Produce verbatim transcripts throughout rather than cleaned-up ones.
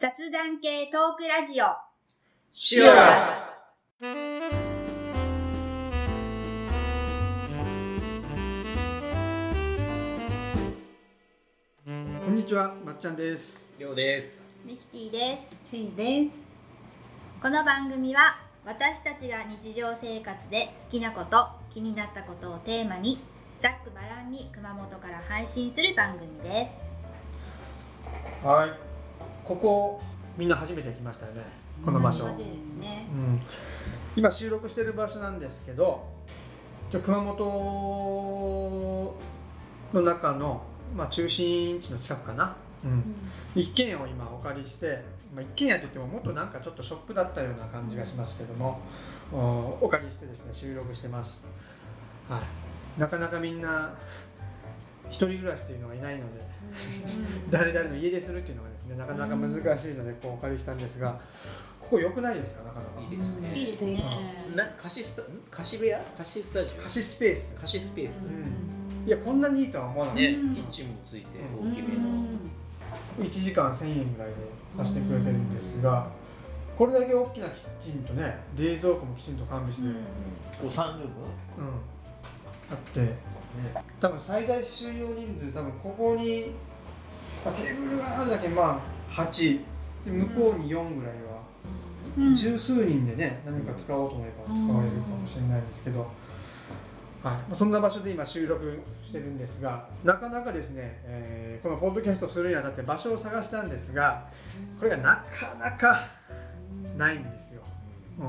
雑談系トークラジオシュアス。こんにちは、まっちゃんです。 りょうです。 ミキティです。 シーです。 この番組は私たちが日常生活で好きなこと、気になったことをテーマにざっくばらんに熊本から配信する番組です。 はい、ここみんな初めて来ましたよね、この場所、 うんねうん、今収録している場所なんですけど、熊本の中の、まあ、中心地の近くかな、うんうん、一軒家を今お借りして、まあ、一軒家といってももっとなんかちょっとショップだったような感じがしますけども、うん、お, お借りしてですね収録してます、はい、なかなかみんな一人暮らしというのがいないので誰々の家出するっていうのがですねなかなか難しいのでこうお借りしたんですが、ここ良くないですか？なかなかいいですね。 いいですね。 な貸しスタ貸し部屋貸しスタジオ貸しスペース貸しスペース、 うん、いやこんなにいいとは思わない、 ね、キッチンもついて大きめの、 いちじかんせんえんぐらいで貸してくれてるんですが、これだけ大きなキッチンとね冷蔵庫もきちんと完備して、 うん、サンルーム、うん、 あって、ね、多分最大収容人数多分ここに、まあ、テーブルがあるだけまあはちで向こうによんぐらいは、うん、十数人でね何か使おうと思えば使われるかもしれないですけど、はい、そんな場所で今収録してるんですが、なかなかですね、えー、このポッドキャストするにあたって場所を探したんですが、これがなかなかないんですよ、うん、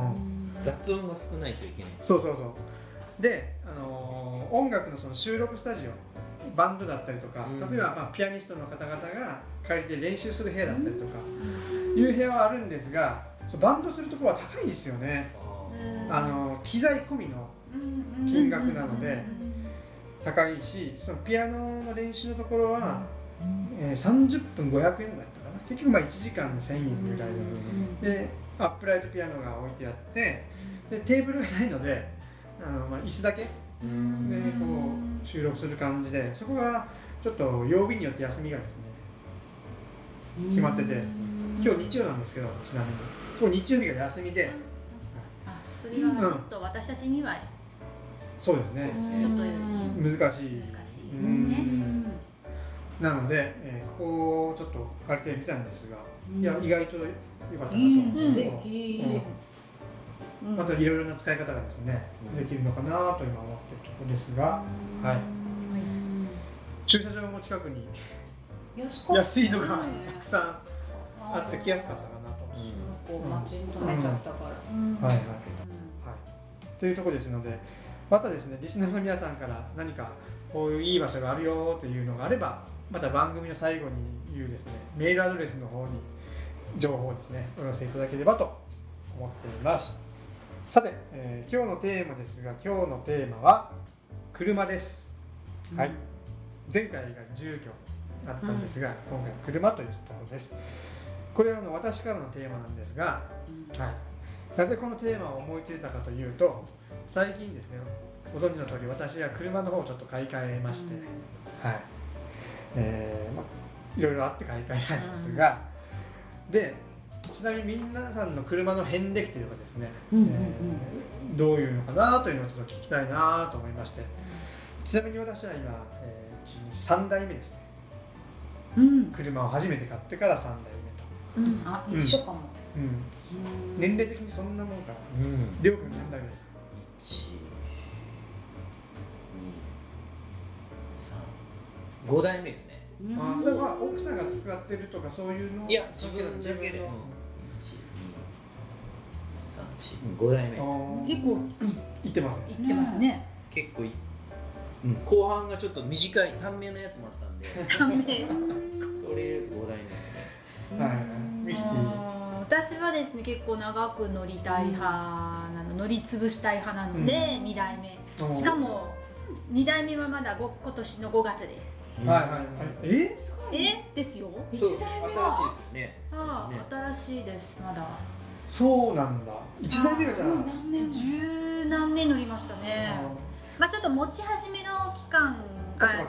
雑音が少ないといけない。 そうそうそうで、あのー、音楽のその収録スタジオバンドだったりとか、例えばまあピアニストの方々が借りて練習する部屋だったりとかいう部屋はあるんですが、バンドするところは高いんですよね。あのー、機材込みの金額なので高いし、そのピアノの練習のところは、えー、さんじゅっぷんごひゃくえんぐらいだったかな。結局まあいちじかんでせんえんぐらいで、アップライトピアノが置いてあって、でテーブルがないのであの、まあ、椅子だけでこう収録する感じで、そこがちょっと曜日によって休みがですね決まってて、今日日曜なんですけど、ちなみにそう日曜日が休みで、 あ、それはちょっと私たちには、うん、 そうですね、 ちょっと難しい難しいですね。なので、えー、ここをちょっと借りてみたんですが、いや意外と良かったなと思って、うん、素敵、うん、またいろいろな使い方がですね、うん、できるのかなと今思っているところですが、はい、駐車場も近くに安いのがたくさんあって来やすかったかなと、 こう街に止めちゃったから、うんうん、 はいはい、はい、というところですので、またですねリスナーの皆さんから何かこういういい場所があるよというのがあれば、また番組の最後に言うですねメールアドレスの方に情報をですねお寄せいただければと思っています。さて、えー、今日のテーマですが、今日のテーマは車です、うん、はい、前回が住居だったんですが、うん、今回は車というところです。これはあの私からのテーマなんですが、うん、はい、なぜこのテーマを思いついたかというと、最近ですねご存知の通り私は車の方をちょっと買い替えまして、うん、はい、えーま、いろいろあって買い替えたんですが、うん、でちなみに皆さんの車の遍歴というかですね、うんうんうん、えー、どういうのかなというのをちょっと聞きたいなと思いまして、ちなみに私は今、えー、さんだいめですね、うん、車を初めて買ってからさんだいめと、 うん、あ、一緒かも、 うんうん、年齢的にそんなもんかな、うん、りょうくん何代目ですか？ いち、に、さん、ごだいめですね。 あ、それは奥さんが使ってるとかそういうの？ いや、自分だけで、うん、いち、に、さん、よん、ごだいめ。 結構いってますね。 いってますね。 結構い、うん、後半がちょっと短い短命のやつもあったんで。 短命。 それ入れるとごだいめですね。 はい。ミキティ。 私はですね結構長く乗りたい派なの、乗り潰したい派なので、うん、にだいめ。しかもにだいめはまだ今年のごがつです。 はいはいはい。え？ えですよ。 いちだいめは新しいですよね。 ああ、新しいですまだ。 そうなんだ。いちだいめがじゃあ何年？十何年乗りましたね。まあちょっと持ち始めの期間が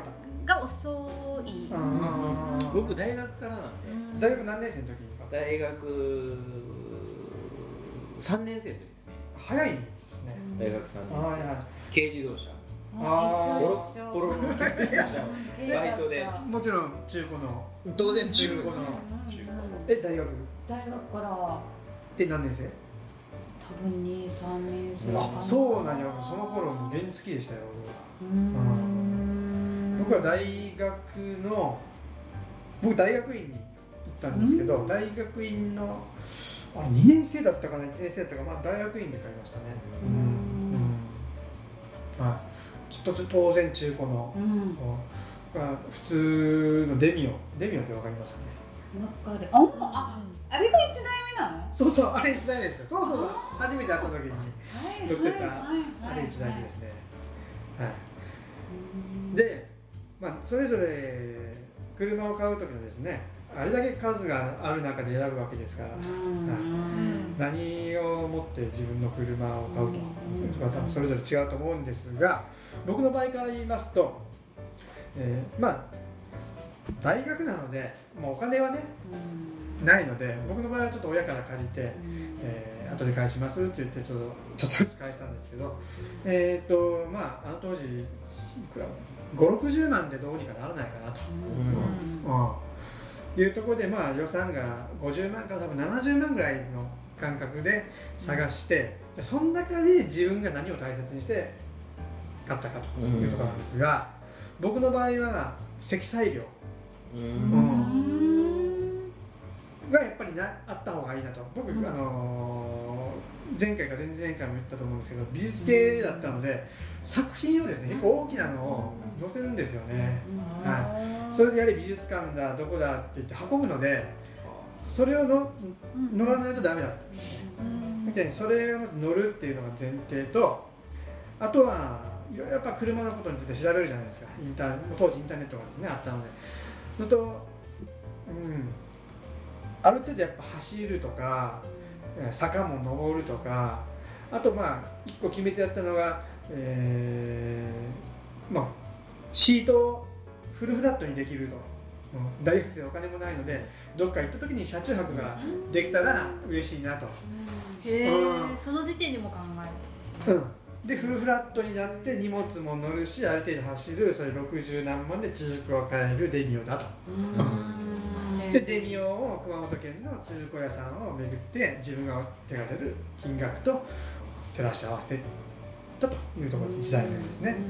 が遅い。 あ僕大学からなんで、 大学何年生の時にか大学さんねん生の時ですね。 早いですね。 大学さんねんはいはい生。軽自動車。 あーボロッボロの軽自動車をバイトで。 もちろん中古の当然中古の。 中古の中古のえ大学大学からえ何年生多分に、さんねん生かな。 あそうなんやその頃も原付でしたようーん僕は僕は大学の僕大学院に行ったんですけど、 うん大学院のあれにねん生だったかないちねん生だったか、まあ、大学院で買いましたねうんうんはいちょっと当然中古の、 うんが普通のデミオデミオってわかりますかねわかる。あ、あ、あれが一代目なの？ そうそうあれ一代目ですよそうそうそう初めて会った時にはい乗ってたはいはいあれ一代目ですねはいうんで、まあ、それぞれ車を買う時のですねあれだけ数がある中で選ぶわけですから、 うん何をもって自分の車を買うと、 うんまあ多分それぞれ違うと思うんですが僕の場合から言いますと、えーまあ大学なのでもうお金はねうんないので僕の場合はちょっと親から借りて、 うんえー後で返しますって言ってちょっとちょっとずつ返したんですけどえっ、とまああの当時いくらごじゅうろくじゅうまんでどうにかならないかなと、 うんうんいうところでまあ予算がごじゅうまんから多分ななじゅうまんぐらいの感覚で探して、でその中で自分が何を大切にして買ったかというところなんですが、僕の場合は積載量うんうんがやっぱりなあった方がいいなと僕、 うんあのー前回か前々回も言ったと思うんですけど美術系だったので作品をですね結構大きなのを載せるんですよね、はい、それでやはり美術館だどこだって言って運ぶのでそれをの乗らないとダメだっただけどそれをまず乗るっていうのが前提とあとはいろいろやっぱ車のことについて調べるじゃないですかインター当時インターネットがですねあったのでそれと、うん、ある程度やっぱ走るとか坂も登るとかあとまあ一個決めてやったのが、えーまあ、シートをフルフラットにできると、うん、大学生お金もないのでどっか行った時に車中泊ができたら嬉しいなと、 へえ、 うんその時点でも考える。 うん、でフルフラットになって荷物も乗るしある程度走るそれろくじゅうなんまんで中古を買えるデミオだと。でデミオを熊本県の中古屋さんを巡って自分が手が出る金額と照らし合わせたというところでいちだいめですね。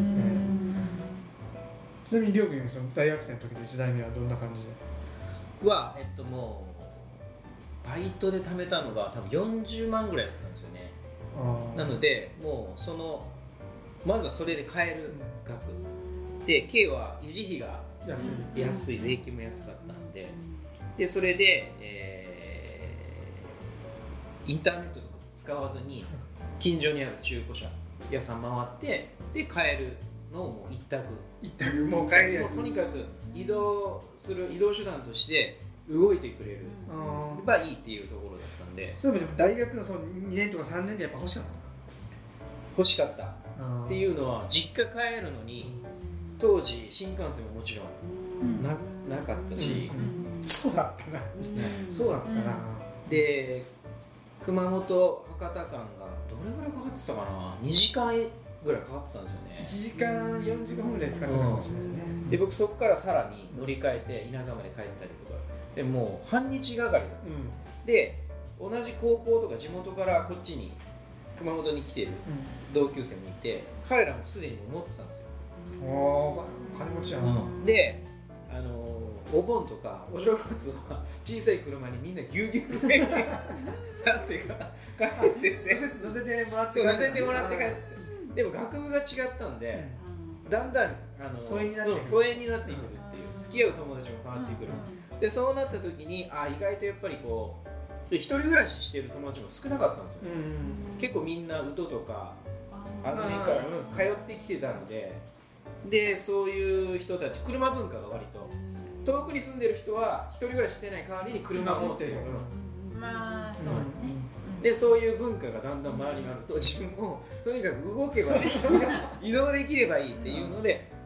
ちなみにりょうくんその大学生の時のいちだいめはどんな感じではえっともうバイトで貯めたのが多分よんじゅうまんぐらいだったんですよね。 あなのでもうそのまずはそれで買える額で K は維持費が安い安い税金も安かったのででそれで、えーインターネットとか使わずに近所にある中古車屋さん回ってで買えるのをもう一択一択もう買えるやつもうとにかく移動する移動手段として動いてくれるあーばいいっていうところだったんでそういえば大学のそのにねんとかさんねんでやっぱ欲しかっ欲しかったたっていうのは実家帰るのに当時新幹線ももちろんななかったし、 うんそうだったなそうだったなで熊本博多間がどれぐらいかかってたかなにじかんぐらいかかってたんですよねいちじかんよんじゅうごふんぐらいかかってたかもしれないねで僕そこからさらに乗り換えて田舎まで帰ったりとかでもう半日がかりだったうんで同じ高校とか地元からこっちに熊本に来てる同級生もいて彼らもすでに持ってたんですよ、 うん、おー金持ちやな、 であのお盆とかお正月は小さい車にみんなぎゅうぎゅう詰めになんていうか帰ってって乗せてもらってそう乗せてもらって帰っててでも学部が違ったんで、だんだんあの疎遠になってくる疎遠になってくるっていう付き合う友達も変わってくる、でそうなった時にあ意外とやっぱりこう一人暮らししてる友達も少なかったんですよ、 うん結構みんな宇都とかああの辺からうん通ってきてたのででそういう人たち車文化が割と遠くに住んでる人は一人暮らししてない代わりに車を持ってる、 まあそうだね。 でそういう文化がだんだん周りにあると自分もとにかく動けば移動できればいいっていうので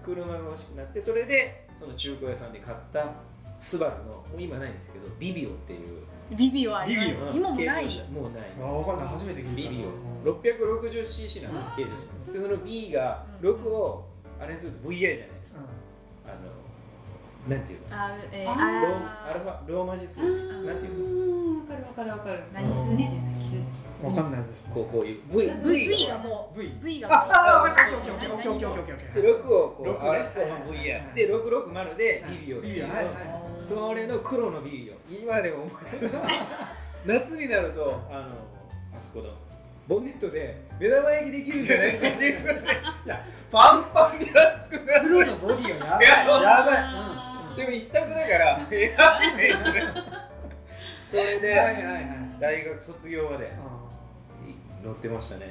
車が欲しくなって、それでその中古屋さんで買ったスバルの、もう今ないんですけど、ビビオっていうビビオあります。 ビビオ今もない。 軽自動車もうない。 あ分かんない、初めて聞いた。 ビビオ ろっぴゃくろくじゅうシーシー なんですよ、軽自動車で、その B がろくをあれにすると ブイアイ じゃないですか、あのなんていうの、 あえー、 あローアあルファローマ字数字なんていうの、 わかるわかるわかる。 何数字や分かんないですね。 こうこういう V, な V, V がもう V V がもうああ分かった、オッケーオッケーオッケーオッケーオッケーオッケーオッケー。 でろくをこうろくね合わせたの ブイアイ でろくろくまるでビビオっていう、 はいはいそれの黒のビビオ、今でも思い出す夏になるとあのあそこのボンネットで目玉焼きできるんじゃないかっていうぐらい、いやパンパンに熱くなる。 黒のボディがやばいやばいやばい。 でも一択だから選べないそれで、 はいはいはい大学卒業までうん乗ってましたね。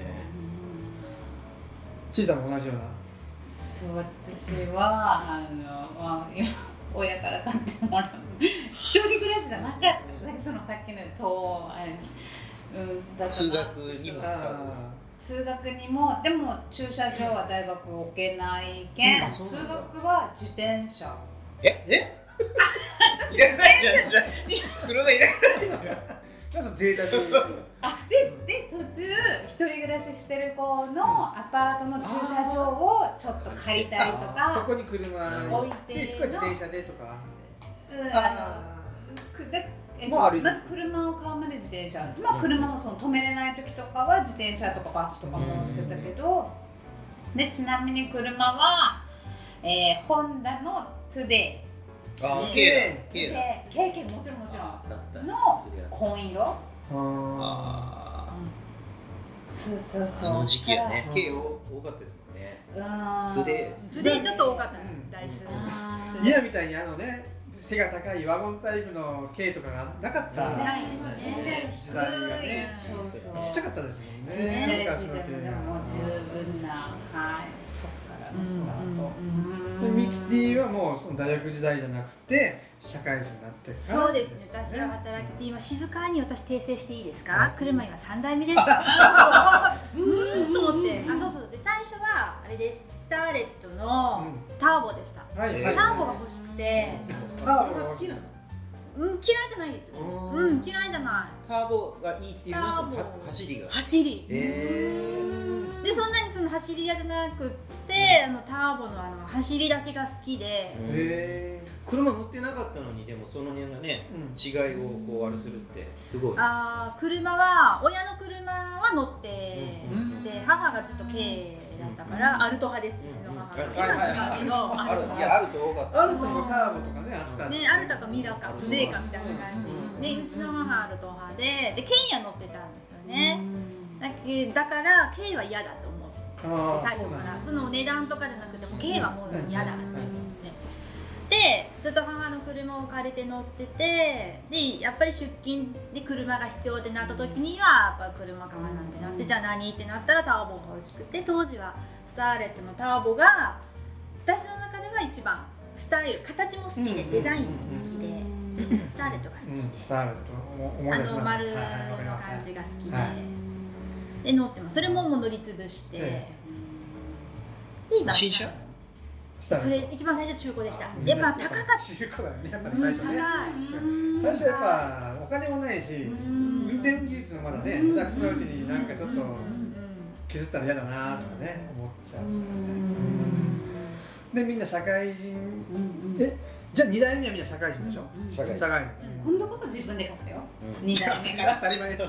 ちいさんも同じような。 そう私はあの、まあ、今親から買ってもらう一人暮らしじゃなかった。そのさっきのとあれ、うんだ通学にも使う。 通学にもでも駐車場は大学置けないけん、 うんそう通なんだ学は自転車。 ええいらないじゃん、じゃあ車いらないじゃん。 じゃあその贅沢あでで途中一人暮らししてる子のアパートの駐車場をちょっと借りたりとか、 そこに車置いてでそこは自転車でとか。 うんあのくでえっともう歩いてまず車を買うまで自転車、まあ、車もその止めれない時とかは自転車とかバスとかもしてたけど、でちなみに車は、えー、ホンダのトゥデイあ、 K K だ。 で経験もちろんもちろだったんの紺色。 ああそうそうあ、 そう。 あの時期はねう、ん K 多かったですもんね。 うーん。 トゥデトゥデイちょっと多かったねうん台数あ今みたいにあのね背が高いワゴンタイプの軽とかがなかったー。じゃない時全然低い。 代がねそうそう。 ちっちゃかったですもんちっちゃねいちっちゃい昔の軽でも十分な、はい、そっからのスタート。 でミキティはもうその大学時代じゃなくて社会人になってからそうですね、私が働いてて今静かに私訂正していいですか、 はい車今さんだいめです。うーんと思って、あ、そうそう、で最初はあれです、スターレットのターボでした。 はいはいターボが欲しくて、 ターボが好きなの？ うん、嫌いじゃないですよ。うん、嫌いじゃない。 ターボがいいっていうのはそのターボは走りが。 走り。 へでそんなにその走り屋じゃなくって、あのターボのあの走り出しが好きで、 へ車乗ってなかったのに、でもその辺がね、違いをこうあれするってすごい。 あー車は親の車は乗って、 うんで母がずっと軽だったから、 うんアルト派です、うちの母が。 うん今は違うけど、 あアルトるいやあると多かった。 アルトもターボとかねあったしね、アルトかミラかトゥデイかみたいな感うんじで、うちの母アルト派で、でケイヤ乗ってたんですよね。だけだからケイは嫌だと思ってあー最初から、その値段とかじゃなくてもケイはもう嫌だってうん思って、でずっと母の車を借りて乗ってて、でやっぱり出勤で車が必要ってなった時にはやっぱ車買わなんてなって、じゃあ何ってなったらターボが欲しくて、当時はスターレットのターボが私の中では一番スタイル、形も好きで、 うんデザインも好きで、スターレットが好き、 うんスターレット思いあ出しますの丸のはいはいわかります感じが好きで、 はいで乗ってます。それももう乗りつぶして、 えで今新車スターそレットれ一番最初中古でした。 うんやっぱ高かった。 中古だよねやっぱりうん最初ね高い。 最初やっぱお金もないしん運転技術もまだねうん下手くそなうちになんかちょっとうん削ったら嫌だなとかね思っちゃうううんんでみんな社会人うんえじゃあに代目はみんな社会人でしょ社会人社会人今度こそ自分で買ったよ。 うん二代目から。 当たり前です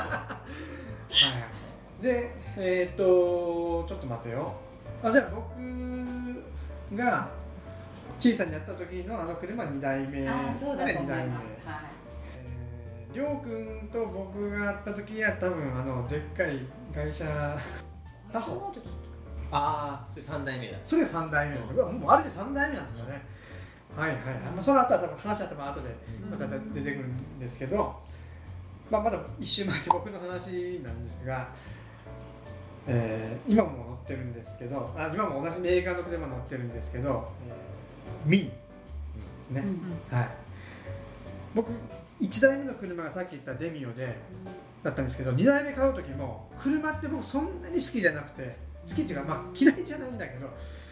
はいでえーっとちょっと待てよあじゃあ僕が小さにやった時のあの車はに代目ああ、そうだと思いに代目ます。はい。 えーりょうくんと僕が会った時は多分あのでっかい会社タホああ、それ三代目だ。 それがさん代目なんだうわもうあれでさん代目なんだねはいはいはい、まあ、その後は多分話は多分後でまた出てくるんですけど、まあ、まだ一周回って僕の話なんですが、えー今も乗ってるんですけどあ今も同じメーカーの車乗ってるんですけど、えーミニですね、はい、僕いち代目の車がさっき言ったデミオでだったんですけどに代目買う時も車って僕そんなに好きじゃなくて好きっていうかまあ嫌いじゃないんだけど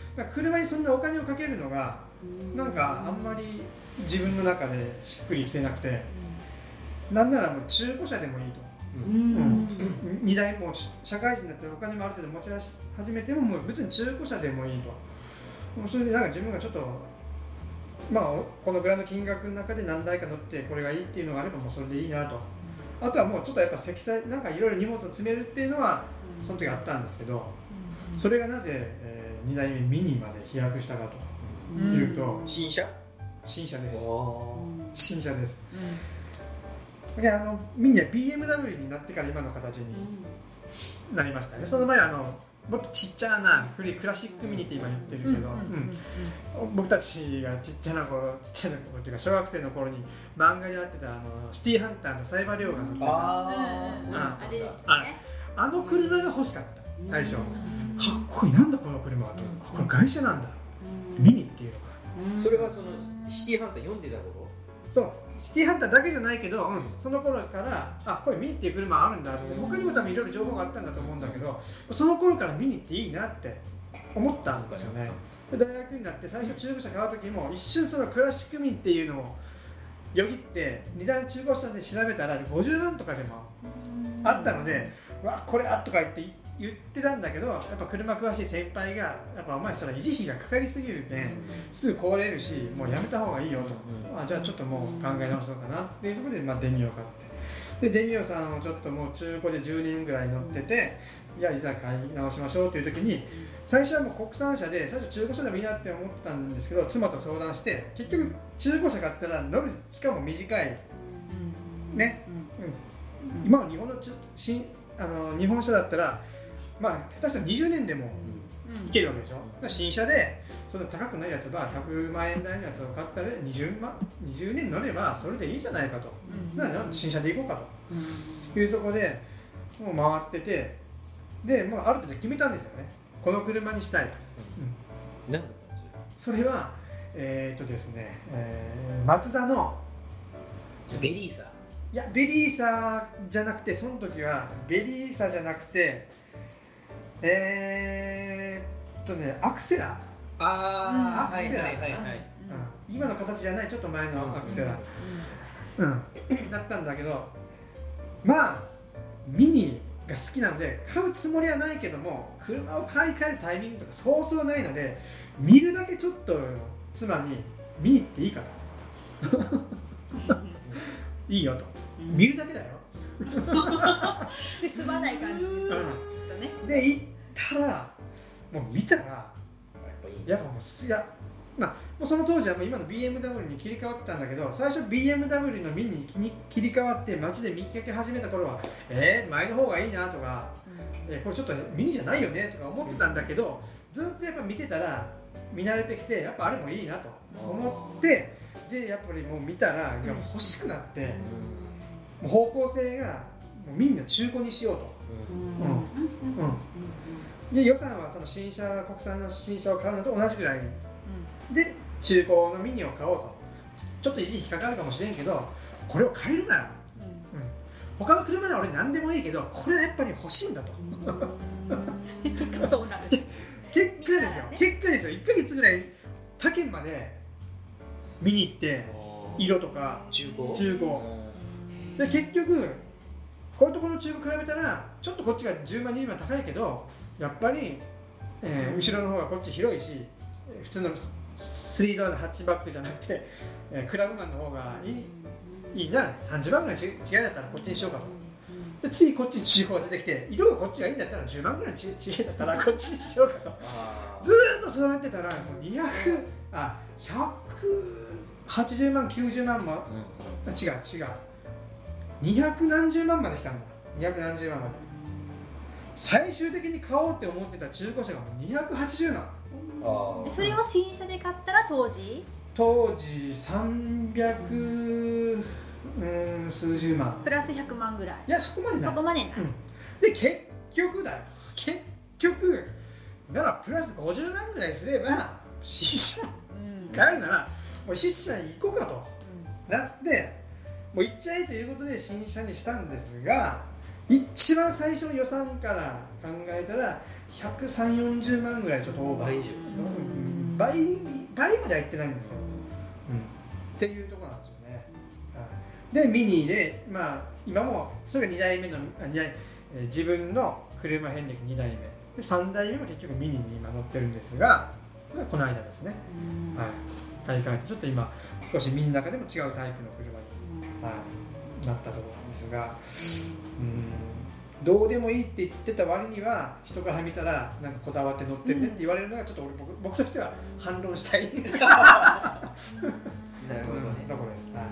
だから車にそんなお金をかけるのがなんかあんまり自分の中でしっくりきてなくて、なんならもう中古車でもいいと、 うんうんにだいもう社会人になってお金もある程度持ち出し始めてももう別に中古車でもいいと、もうそれでなんか自分がちょっとまあこのぐらいの金額の中で何台か乗ってこれがいいっていうのがあればもうそれでいいなと、あとはもうちょっとやっぱ積載なんかいろいろ荷物を詰めるっていうのはその時あったんですけど、それがなぜ、えー、にだいめミニまで飛躍したかというと、 新車新車です。 お新車です。であのミニは ビーエムダブリュー になってから今の形になりましたね。その前はあのもっとちっちゃな古いクラシックミニって今言ってるけど、僕たちがちっちゃな頃ちっちゃな頃っていうか小学生の頃に漫画でやってたあのシティハンターのサイバリョウが乗ってたあうんああれねあの車が欲しかった最初。かっこいい、なんだこの車はと、あこれ外車なんだ、ミニっていうのか。 それはそのシティハンター読んでた頃そうシティハンターだけじゃないけど、うん、その頃からあこれミニっていう車あるんだって、他にも多分いろいろ情報があったんだと思うんだけど、その頃からミニっていいなって思ったんですよね。で大学になって最初中古車買う時も一瞬そのクラシックミニっていうのをよぎってにだい中古車で調べたらごじゅうまんとかでもあったので、わこれあとか言って言ってたんだけど、やっぱ車詳しい先輩がやっぱお前それ維持費がかかりすぎるけんすぐ壊れるしもうやめた方がいいよと、あじゃあちょっともう考え直そうかなっていうところで、まあ、デミオ買ってでデミオさんをちょっともう中古でじゅうねんぐらい乗ってて、いやいざ買い直しましょうという時に最初はもう国産車で最初中古車でもいいなって思ってたんですけど、妻と相談して結局中古車買ったら乗る期間も短いね、うん、今の日本のち新あの日本車だったらまあ下手したらにじゅうねんでもいけるわけでしょ。だから新車でその高くないやつはひゃくまんえん台のやつを買ったらにじゅうまんにじゅうねん乗ればそれでいいじゃないかと、だから新車で行こうかというところでもう回ってて、でもうある程度決めたんですよね、この車にしたいと、 うん、何だったんですそれはえー、っとですね、えー、マツダのベリーサいやベリーサじゃなくて、その時はベリーサじゃなくてえー、っとねアクセラ、 ああ、 アクセラ、 はいはいはいはい、 うん、今の形じゃないちょっと前のアクセラ、うんうん、だったんだけど、まあミニが好きなので買うつもりはないけども車を買い替えるタイミングとかそうそうないので、見るだけちょっと妻にミニっていいかといいよと、見るだけだよで済まない感じです、 うんきっとね。 で行ったらもう見たらやっぱいいやっぱもうすやまあもうその当時はもう今の ビーエムダブリュー に切り替わってたんだけど、最初 ビーエムダブリュー のミニに切り替わって街で見かけ始めた頃はえー、前の方がいいなとか、えー、これちょっとミニじゃないよねとか思ってたんだけど、ずっとやっぱ見てたら見慣れてきてやっぱあれもいいなと思って、でやっぱりもう見たらいや欲しくなって、もう方向性がもうミニの中古にしようと、うんうん、で予算はその新車国産の新車を買うのと同じぐらいで中古のミニを買おうと、ちょっと維持費かかるかもしれんけどこれを買えるなら、うん、他の車なら俺何でもいいけどこれはやっぱり欲しいんだと結果そうなる。 結果ですよ、結果ですよいっかげつぐらい他県まで見に行って色とか中古中古で結局こういうところの中古比べたらちょっとこっちがじゅうまんにじゅうまん高いけどやっぱり、えー、後ろの方がこっち広いし普通のスリードアのハッチバックじゃなくて、えー、クラブマンの方がいい、いいなさんじゅうまんぐらい違いだったらこっちにしようかと。で次こっちに中古が出てきて色がこっちがいいんだったらじゅうまんぐらい違いだったらこっちにしようかとずーっとそうやってたらもうにひゃくあひゃくはちじゅうまんきゅうじゅうまんも、うん、違う違うにひゃくなんじゅうまんまで来たんだ。にひゃくなんじゅうまんまで最終的に買おうって思ってた中古車がもうにひゃくはちじゅうまん。 あそれを新車で買ったら当時当時さんびゃくうん数十万プラスひゃくまんぐらい。 いやそこまでないそこまでない、 うん、で結局だよ結局ならプラスごじゅうまんぐらいすれば新車買えるならもう新車に行こうかと、うん、なってもう行っちゃえということで新車にしたんですが、 一番最初の予算から考えたらひゃくさんじゅう、よんじゅうまんぐらいちょっとオーバー、 倍以上うん倍倍までは行ってないんですけど、うん、っていうところなんですよね。でミニで、まあ、今もそれがにだいめのにだい、えー、自分の車遍歴にだいめでさんだいめも結局ミニに今乗ってるんですが、それはこの間ですね、はい、買い替えてちょっと今少しミニの中でも違うタイプの車に、はい、なったところなんですが、うん、どうでもいいって言ってた割には人から見たらなんかこだわって乗ってるねって言われるのがちょっと俺 僕, 僕としては反論したいなるほどね、ところです。はい、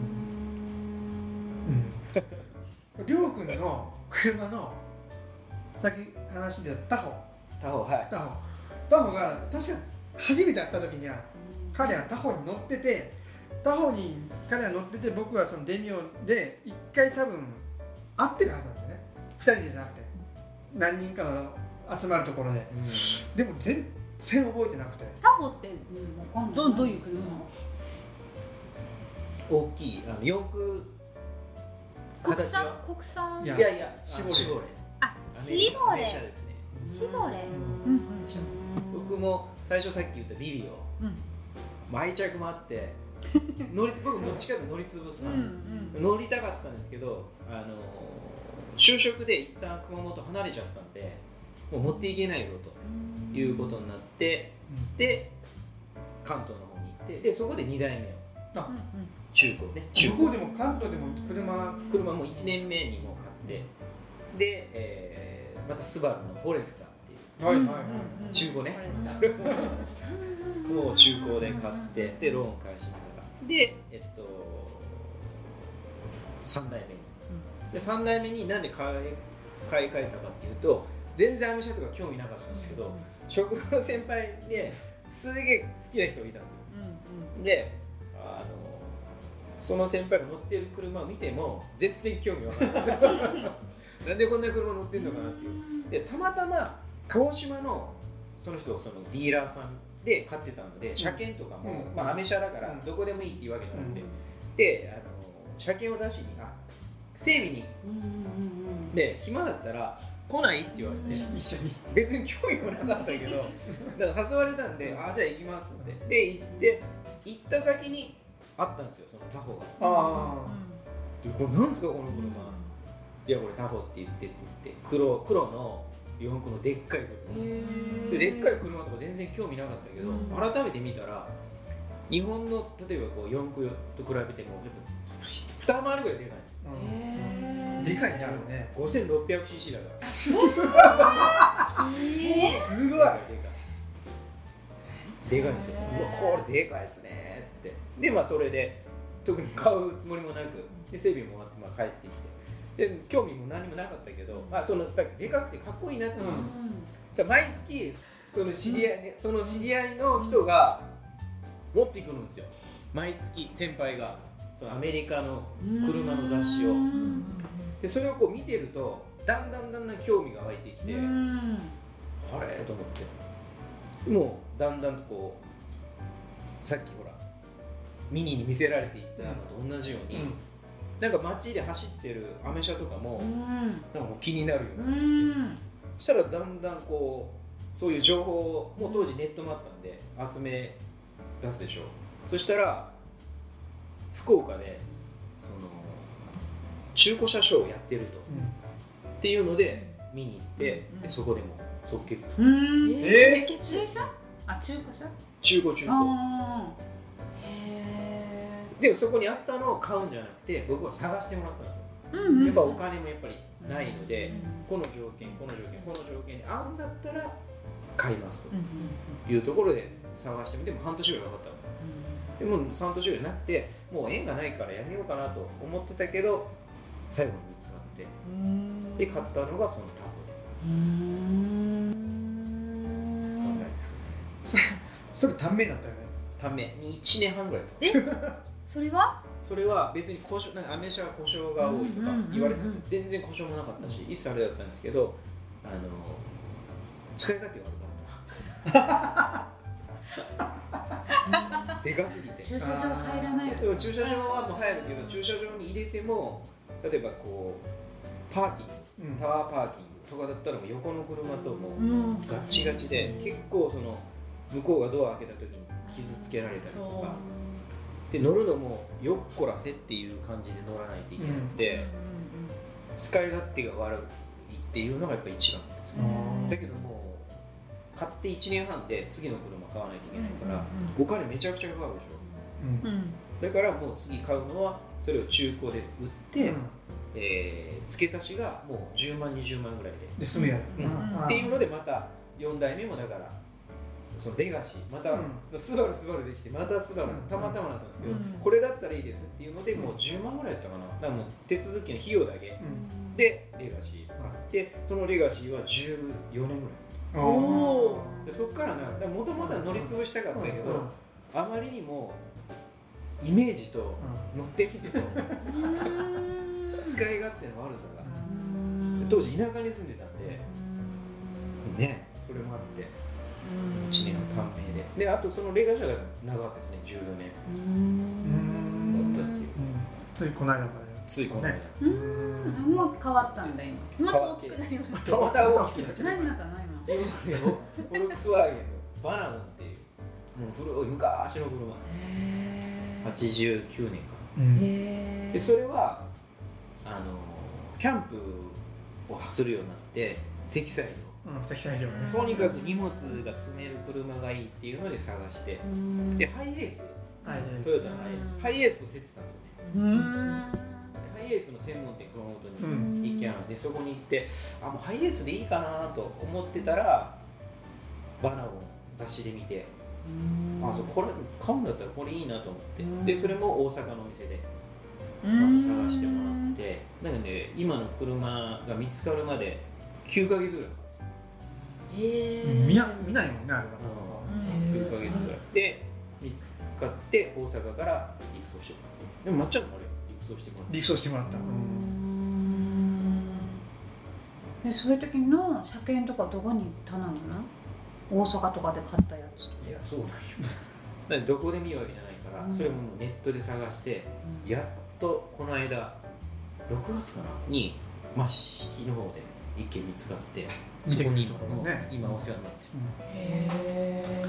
うん、りょうくんの車のさっき話でタホタホはいタホタホが確か初めて会った時には彼はタホに乗っててタホに彼は乗ってて僕はそのデミオで一回多分会ってるはずなんですよね、ふたりでじゃなくて何人かの集まるところで、うん、でも全然覚えてなくて。 タホってどどういう車なの？ 大きいあの四駆国産国産いやいやいやシボレあシボレですね。 シボレ、 うんうん、僕も最初さっき言ったビビを、うん、愛着もあって乗り僕どっちかと乗り潰す、うんうん、乗りたかったんですけど、あの就職で一旦熊本離れちゃったんでもう持っていけないぞということになって、うん、で関東の方に行ってでそこでにだいめをあ、うんうん、中古ね中古でも関東でも車車もいちねんめにも買ってで、えー、またスバルのフォレスターっていう、はいはいはい、中古ねそれももう中古で買ってでローン返しながらで、えっと、さんだいめにでさんだいめになんで買い買い替えたかっていうと全然アメ車とか興味なかったんですけど職場の先輩ですげえ好きな人がいたんですよ、うんうん、であのその先輩が乗ってる車を見ても全然興味わからないなんでこんな車乗ってんのかなっていうでたまたま鹿児島のその人そのディーラーさんで買ってたので車検とかも、うんまあ、アメ車だからどこでもいいっていうわけじゃなくて、うん、であの車検を出しにあ整備に、うんうんうん、で暇だったら来ないって言われて、うん、一緒に別に興味もなかったけどだから誘われたんであじゃあ行きますってで行って行った先にあったんですよそのタホがあでこれ何ですかこの車、うん、いやこれタホって言ってって言って黒黒の四駆のでっかい車ででっかい車とか全然興味なかったけど、うん、改めて見たら日本の例えばこう四駆と比べてもやっぱ二回りぐらいでかい、 うん、でかいねあるねごせんろっぴゃくシーシー だからすごいでかいでかいんですようわこれでかいですねっつってでまあそれで特に買うつもりもなくで整備も終わってまあ帰ってきてで興味も何もなかったけど、まあ、そのでかくてかっこいいなって思う、うん、毎月その知り合い、ね、その知り合いの人が持ってくるんですよ毎月先輩がそのアメリカの車の雑誌をでそれをこう見てるとだんだんだんだん興味が湧いてきてあれと思ってもうだんだんとこうさっきほらミニに見せられていったのと同じように、うんなんか街で走ってるアメ車とかも、うん、なんかもう気になるようになってきて、うん、そしたらだんだんこうそういう情報をもう当時ネットもあったんで集め出すでしょそしたら福岡でその中古車ショーをやってると、うん、っていうので見に行って、うん、でそこでも即決と、 うん、えー、中車あ中古車中古中古でもそこにあったのを買うんじゃなくて僕は探してもらったんですよ、うんうん、やっぱお金もやっぱりないので、うんうん、この条件この条件この条件に合うんだったら買いますというところで探してみても半年ぐらいかかったの、うん、でも半年ぐらいなくてもう縁がないからやめようかなと思ってたけど最後に見つかってうんで買ったのがそのタコでうんそれそれ短命だったよね短命にいちねんはんぐらいとかそれはそれは別に故障なんかアメ車は故障が多いとか言われてたけど全然故障もなかったし一切あれだったんですけどあの使い勝手が悪かったでかすぎて駐車場入らないでも駐車場はもう入るけど駐車場に入れても例えばこうパーキング、 うんタワーパーキングとかだったらもう横の車ともううんガチガチで、結構その向こうがドア開けた時に傷つけられたりとそうかで、乗るのもよっこらせっていう感じで乗らないといけなくて、使い勝手が悪いっていうのがやっぱ一番なんですよ、 うんだけどもう買っていちねんはんで次の車買わないといけないから、お金めちゃくちゃかかるでしょ。 うんうんだからもう次買うのはそれを中古で売って、 うんえー付け足しがもうじゅうまんにじゅうまんぐらいで、 で済むやろ、 うんうんっていうのでまたよんだいめもだからそのレガシーまた、 うんスバルスバルできてまたスバル、 うんたまたまなったんですけど、 うんこれだったらいいですっていうのでもうじゅうまんぐらいだったかな。だからもう手続きの費用だけうんでレガシーを買ってそのレガシーはじゅうよねんぐらいおーでそこからなもともとは乗り潰したかったけど、 うんあまりにもイメージと乗ってみてと使い勝手の悪さが当時田舎に住んでたんでね、それもあっていちねんの短命でであとそのレガシャが長かったですねじゅうよねんだったっていうついこの間までついこの間、 ねうんもう変わったんだ今もっと大きくなりました。 そうまた大きくなっちゃう何だったの今今ねフォルクスワーゲンのバナモンっていうもう古い昔の車はちじゅうきゅうねんかうんへでそれはあのキャンプをするようになって積載うん積載量ね量とにかく荷物が積める車がいいっていうので探してでハイエースはいトヨタのハイエースハイエースを設置したんですよねうんハイエースの専門店熊本うに一軒あるんでそこに行ってあもうハイエースでいいかなと思ってたらバナを雑誌で見てあそうこれ買うんだったらこれいいなと思ってでそれも大阪のお店でまた探してもらってなんかね今の車が見つかるまできゅうかげつぐらいへうん見な見ないもんねあれはうんきゅうかげつぐらいで見つかって大阪から陸送してもらってでもまっちゃんもあれ陸送してもらって陸送してもらったでそういう時の車検とかどこに頼むの大阪とかで買ったやついやそうなんよだからどこで見るわけじゃないから、 うんそれももうネットで探してやっとこの間ろくがつかなに益引の方で一軒見つかって見てくれるそこにところね今お世話になってへ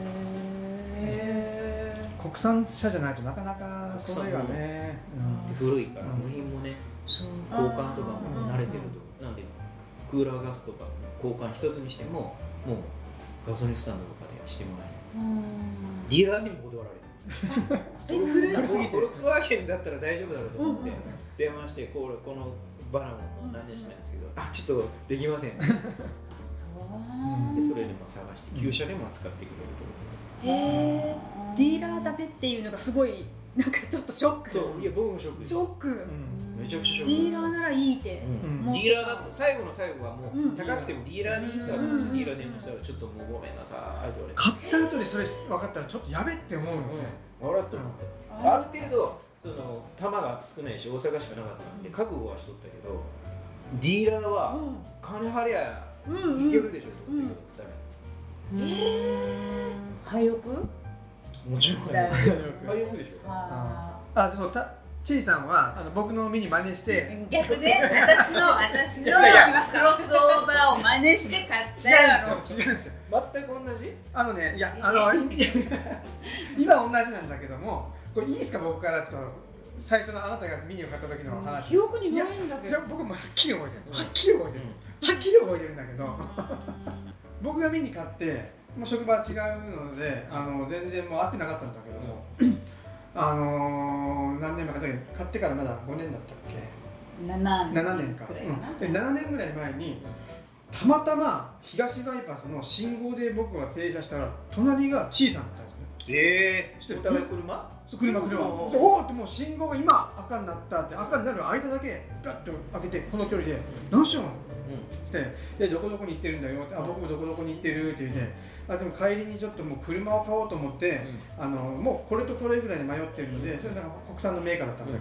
え。 国産車じゃないとなかなかそれがねるで古いからうん部品もねそう交換とかも慣れてるとなんでクーラーガスとか交換一つにしてももうガソリンスタンドとかでしてもらえないディーラーにも断られたえ古いフォルクスワーゲンだったら大丈夫だろうと思ってうんうん電話してこれこのバナナの何年しないんですけどあちょっとできませんでそうそれでも探して旧車でも扱ってくれるへえ。ディーラーダメっていうのがすごいなんかちょっとショック。 とそういや僕もショックでしたショック。 めちゃくちゃショデックィーラーならいいって。 うんうんディーラーだと最後の最後はもううん高くてもディーラーでいいからデうんィーラー電話したらちょっともうごめんなさいって言われて買った後にそれ分かったらちょっとやべって思うよねあらと思ってある程度その弾が少ないし大阪しかなかったんで覚悟はしとったけどディーラーは金張りゃうんうん。 いけるでしょと思ったけどダメへ廃屋もちろんだよあよくでしょああそうたちいさんはあの僕の身に真似して逆で私の私のいやいやクロスオーバーを真似して買ったよ違うんですよ違うんですよ全く同じあのねいやあのい今同じなんだけどもこれいいですか僕からちょっと最初のあなたがミニを買った時の話記憶にないんだけどいや僕もはっきり覚えてるうんはっきり覚えてるはっきり覚えてるんだけど僕がミニ買ってもう職場は違うのであの全然もう会ってなかったんだけども、あのー、何年前かだけど買ってからまだごねんだったっけななななねんか、 くらいかな、 うん、でななねんぐらい前にたまたま東バイパスの信号で僕が停車したら隣がちいさんだったんですねえしてえお互い車そう車車うんうんうんでおおってもう信号が今赤になったって赤になる間だけガッと開けてこの距離で何しようのってでどこどこに行ってるんだよってあ僕もどこどこに行ってるって言ってあでも帰りにちょっともう車を買おうと思ってあのもうこれとこれぐらいに迷ってるのでそれなんか国産のメーカーだったんだけど、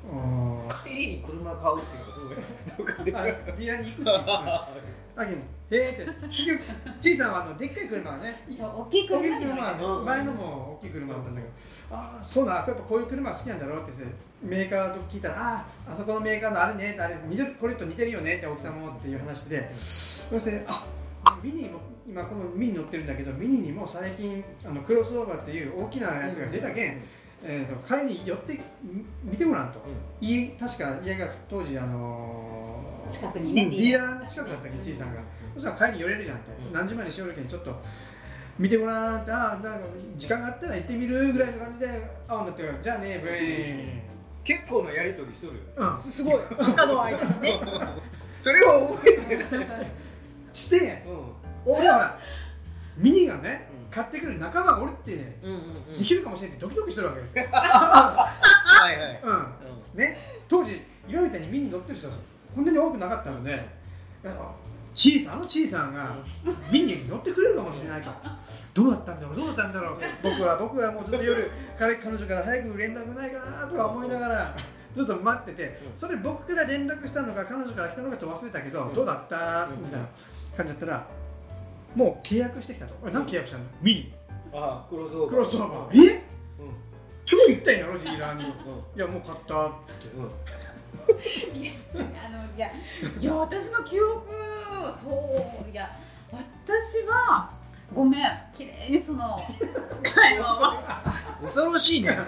帰りに車買うっていうのがすごいどっかであディーラーに行くっていうあけんへえって結局ちいさんはあのでっかい車がねそう大きい車に大きい車は前のも大きい車だったんだけど、ああそうだやっぱこういう車好きなんだろうって言ってメーカーと聞いたら、あああそこのメーカーのあれねってあれ似てるこれと似てるよねって大きさもっていう話で、そしてあミニも今このミニ乗ってるんだけどミニにも最近あのクロスオーバーっていう大きなやつが出たけん、うんえー、と彼に寄って見てごらんと、うん、家確か家が当時、あのー、 近くにねディーラーの近くだったっけちいさんが、そしたら彼に寄れるじゃんって、うん、何時までしよるけんちょっと見てごらんって、ああなんか時間があったら行ってみるぐらいの感じで会うんだって、じゃあねブーン結構なやり取りしとるよ、 うん、すごい赤の間にねそれを覚えてないして、うん、俺はほらミニがね、うん、買ってくる仲間がおるって、ねうんうんうん、できるかもしれないってドキドキしてるわけですよはいはい、うんうんね、当時今みたいにミニ乗ってる人はこんなに多くなかったので、小さなあの小さんがミニに乗ってくれるかもしれないとどうだったんだろうどうだったんだろう僕は僕はもうずっと夜彼彼女から早く連絡ないかなとか思いながらずっと待ってて、それ僕から連絡したのか彼女から来たのかちょっと忘れたけど、うん、どうだったみたいな感じだったらもう契約してきたと。何契約したの？ミニ。 ああ、クロスオーバー。 クロスオーバー。え？うん、今日行ったんやろディーラーに。うん、いやもう買ったって。 うん、いやあのいやいや私の記憶そういや私はごめん綺麗にその会話は恐ろしいね。 忘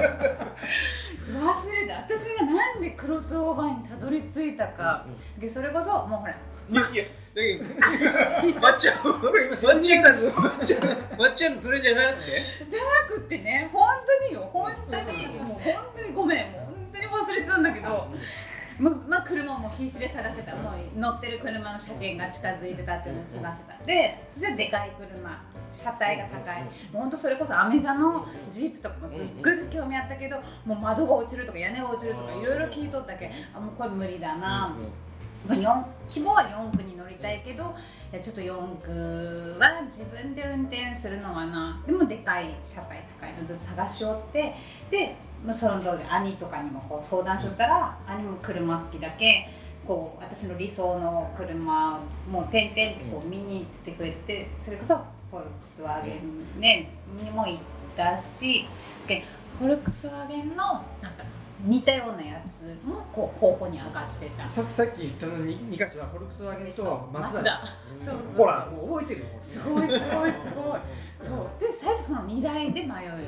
れた私がなんでクロスオーバーにたどり着いたか、うん、でそれこそもうほらいやいやだけどまっちゃん俺今説明したんですまっちゃんまっちゃんのそれじゃなくてじゃなくてね本当によ本当にもう本当にごめんもう本当に忘れてたんだけどもう、まあ、車も必死で探せたもう乗ってる車の車検が近づいてたっていうのを探せたでじゃあでかい車車体が高い本当それこそアメ車のジープとかもすっごい興味あったけどもう窓が落ちるとか屋根が落ちるとかいろいろ聞いとったけあもうこれ無理だなよん希望はよんくに乗りたいけどいやちょっとよんくは自分で運転するのはなでもでかい車体高いのずっと探しおってでその時兄とかにもこう相談しとったら兄も車好きだけこう私の理想の車もう点々ってこう見に行ってくれてそれこそフォルクスワーゲン、ね、にも行ったしフォルクスワーゲンのなんか似たようなやつもこう候補に上がってた。 さ, さっき言ったの に, にかしょはフォルクスワーゲンとマツダ。 ダそうそうほらもう覚えてるよ。 すごいすごいすごい。そうで最初そのにだいで迷いよって、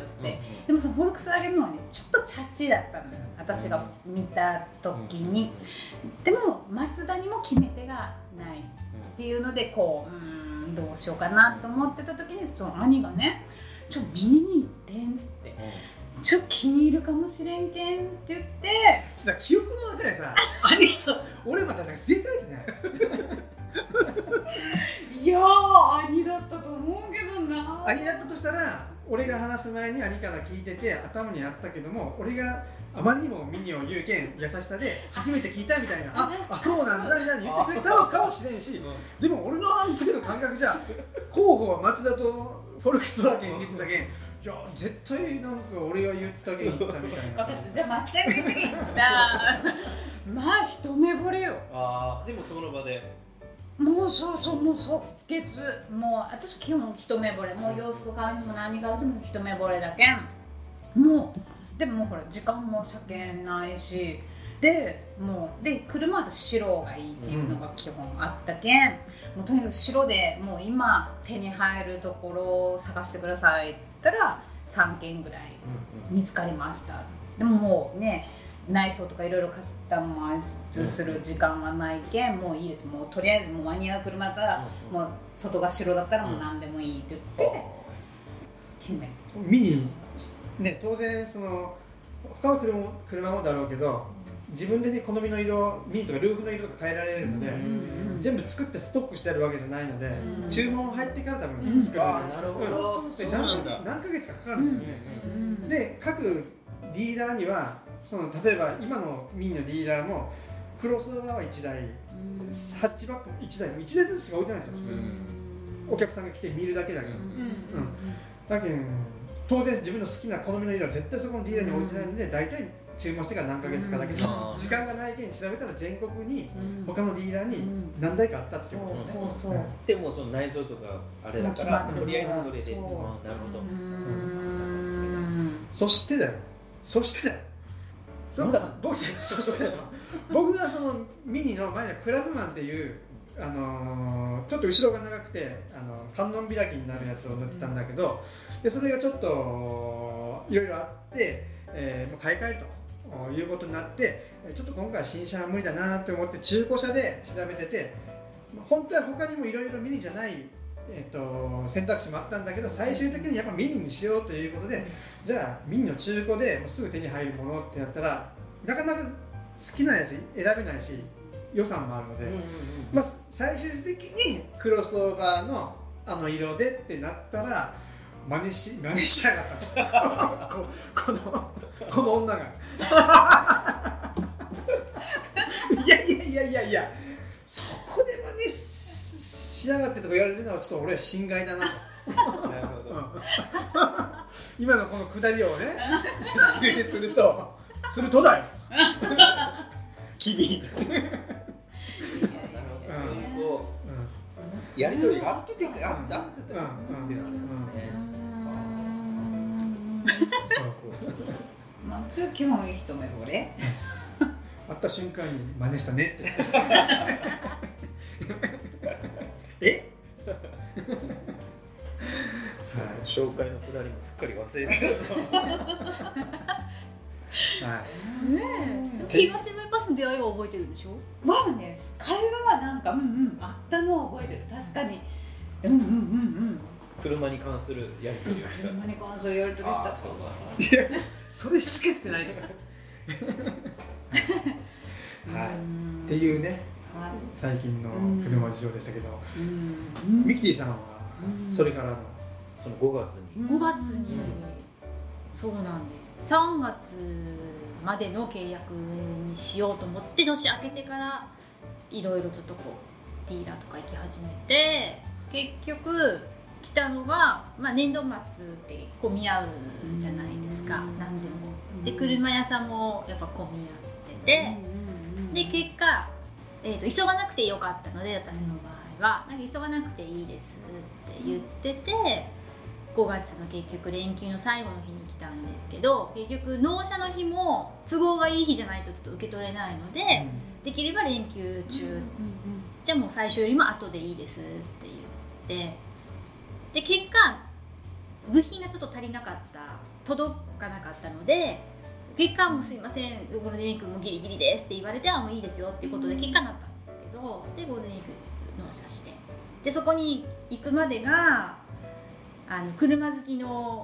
うん、でもそのフォルクスワーゲンのねちょっとチャッチーだったのよ私が見た時に、うん、でもマツダにも決め手がないっていうのでこううーんどうしようかなと思ってた時にその兄がねちょっとミニに行ってんっつって。うんちょっと気に入るかもしれんけんって言ってちょっと記憶の中でさ兄貴と俺またなんか正解ってないいやー兄だったと思うけどな兄だったとしたら俺が話す前に兄から聞いてて頭にあったけども俺があまりにもミニを言うけん優しさで初めて聞いたみたいなああそうなんだみたいに言ってくれたのかもしれんしでも俺の次の感覚じゃ候補は松田とフォルクスワーゲンって言ってたけんいや絶対なんか俺が言ったけん言ったみたいな。 分かったじゃあまっちゃんが言ったけん言ったまあ一目惚れよ。 ああでもその場でもうそうそうもう即決もう私基本一目惚れもう洋服買うにも何買うにも一目惚れだけんもうでももうほら時間も車検ないしでもうで車は白がいいっていうのが基本あったけん、うん、もうとにかく白でもう今手に入るところを探してくださいって言ったらさんけんぐらい見つかりました、うんうん、でももうね内装とかいろいろカスタマイズする時間はないけんもういいですもうとりあえずもう間に合う車だったら、うん、もう外が白だったらもう何でもいいって言って決めミニね当然その他の 車, も車もだろうけど自分でね好みの色ミニとかルーフの色とか変えられるので、うんうん、全部作ってストックしてあるわけじゃないので、うん、注文入ってから多分作られる、うん、 なるほど、 うん、で何, 何ヶ月かかかるんですよね、うん、で各ディーラーにはその例えば今のミニのディーラーもクロスオーバーはいちだい、うん、ハッチバックもいちだいいちだいずつしか置いてないんですよ普通に、うん、お客さんが来て見るだけだけど、うんうん、だけど当然自分の好きな好みの色は絶対そこのディーラーに置いてないので大体注文してから何ヶ月かだけど、 うん時間がないけん調べたら全国にうん他のディーラーに何台かあったっていうことね、 そうそうそううんでもその内装とかあれだからもう決まってるとりあえずそれで、 そううんなるほど、 うんそしてだよそしてだよそまだ僕そしてだよ僕がそのミニの前にクラブマンっていうあのーちょっと後ろが長くてあの観音開きになるやつを塗ってたんだけど、でそれがちょっといろいろあって、えーもう買い替えるということになってちょっと今回新車は無理だなと思って中古車で調べてて、本当は他にもいろいろミニじゃない、えー、と選択肢もあったんだけど最終的にやっぱミニにしようということで、じゃあミニの中古でもうすぐ手に入るものってなったらなかなか好きなやつ選べないし予算もあるので、 うんうんうんまあ、最終的にクロスオーバーのあの色でってなったら真似し真似しやがったとここのこの女がいやいやいやいやいやそこで真似 し, しやがってとか言われるのはちょっと俺は心外だなとなるほど、 今のこのくだりをね説明するとするとだよ君なるほど、そういうこうやりとりがあってあってあってたっていうのがありますね。 そうそうそうまあ、それ基本一目惚れ。 会った瞬間に真似したねってえはい紹介のくだりもすっかり忘れてはいねえ東ムイパスの出会いは覚えてるんでしょ。 まあね、会話はなんかうんうんあったのを覚えてる。確かに。うんうんうんうん。 車に関するやりとりをした。 車に関するやりとりした。 そうだいやそれしかしてないからはいうんっていうねはい。 最近の車事情でしたけど、 うんミキティさんはうんそれからのそのごがつに。 ごがつに、そうなんですさんがつまでの契約にしようと思って年明けてからいろいろちょっとこうディーラーとか行き始めて結局来たのが、まあ、年度末って混み合うじゃないですか、 うん何でもで車屋さんもやっぱ混み合ってて、で結果、えーと急がなくてよかったので私の場合はなんか急がなくていいですって言っててごがつの結局連休の最後の日に来たんですけど結局納車の日も都合がいい日じゃないとちょっと受け取れないので、できれば連休中、じゃあもう最初よりも後でいいですって言ってで結果部品がちょっと足りなかった届かなかったので結果もうすいませんゴールデンウィークもギリギリですって言われてあもういいですよっていうことで結果になったんですけどでゴールデンウィーク納車してでそこに行くまでがあの車好きの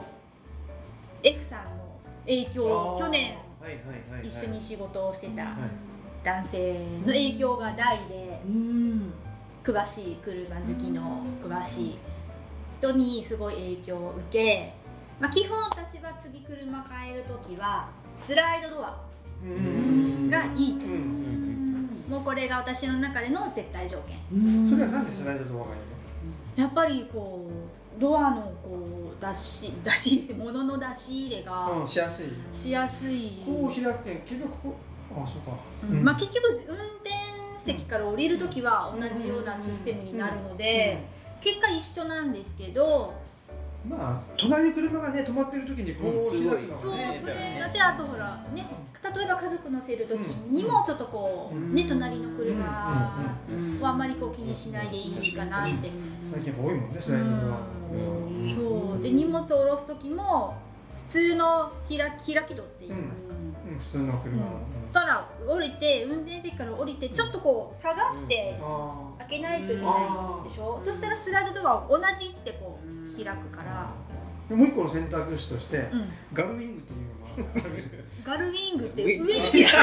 F さんの影響去年一緒に仕事をしてた男性の影響が大で詳しい車好きの詳しい人にすごい影響を受け、まあ、基本私は次車変えるときはスライドドアがいいと、もうこれが私の中での絶対条件。 それはなんでスライドドアがいいの？ やっぱりこうドアのこう出し出し入れって物の出し入れがうん、しやすい。 しやすい、 こう開くけん結局ここあそうか、 うんまあ、結局運転席から降りるときは同じようなシステムになるので、結果一緒なんですけど、 まあ隣に車がね止まってる時にこう開くのがね、 そうそれだってあとほらね例えば家族乗せる時にもちょっとこう、ね隣の車はあんまりこう気にしないでいいかなって、 最近多いもんねスライドドア、 そうで荷物を下ろす時も普通の開き開き戸って言いますか、 うん、普通の車、 たら降りて運転席から降りてちょっとこう下がって開けないといけないでしょ、そしたらスライドドアを同じ位置でこう開くから、 もう一個の選択肢として、 うん、 ガルウィングっていうのがあるガルウィングってウィング上に開く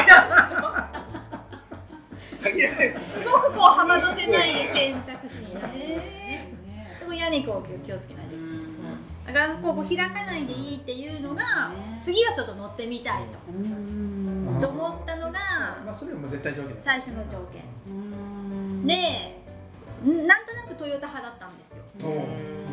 限られるすごくこう幅の狭い選択肢になるね。そこ屋根こう気をつけないといけない。だからこう開かないでいいっていうのが次はちょっと乗ってみたいと、と思ったのがまあそれはもう絶対条件だ。 最初の条件で、なんとなくトヨタ派だったんですよ。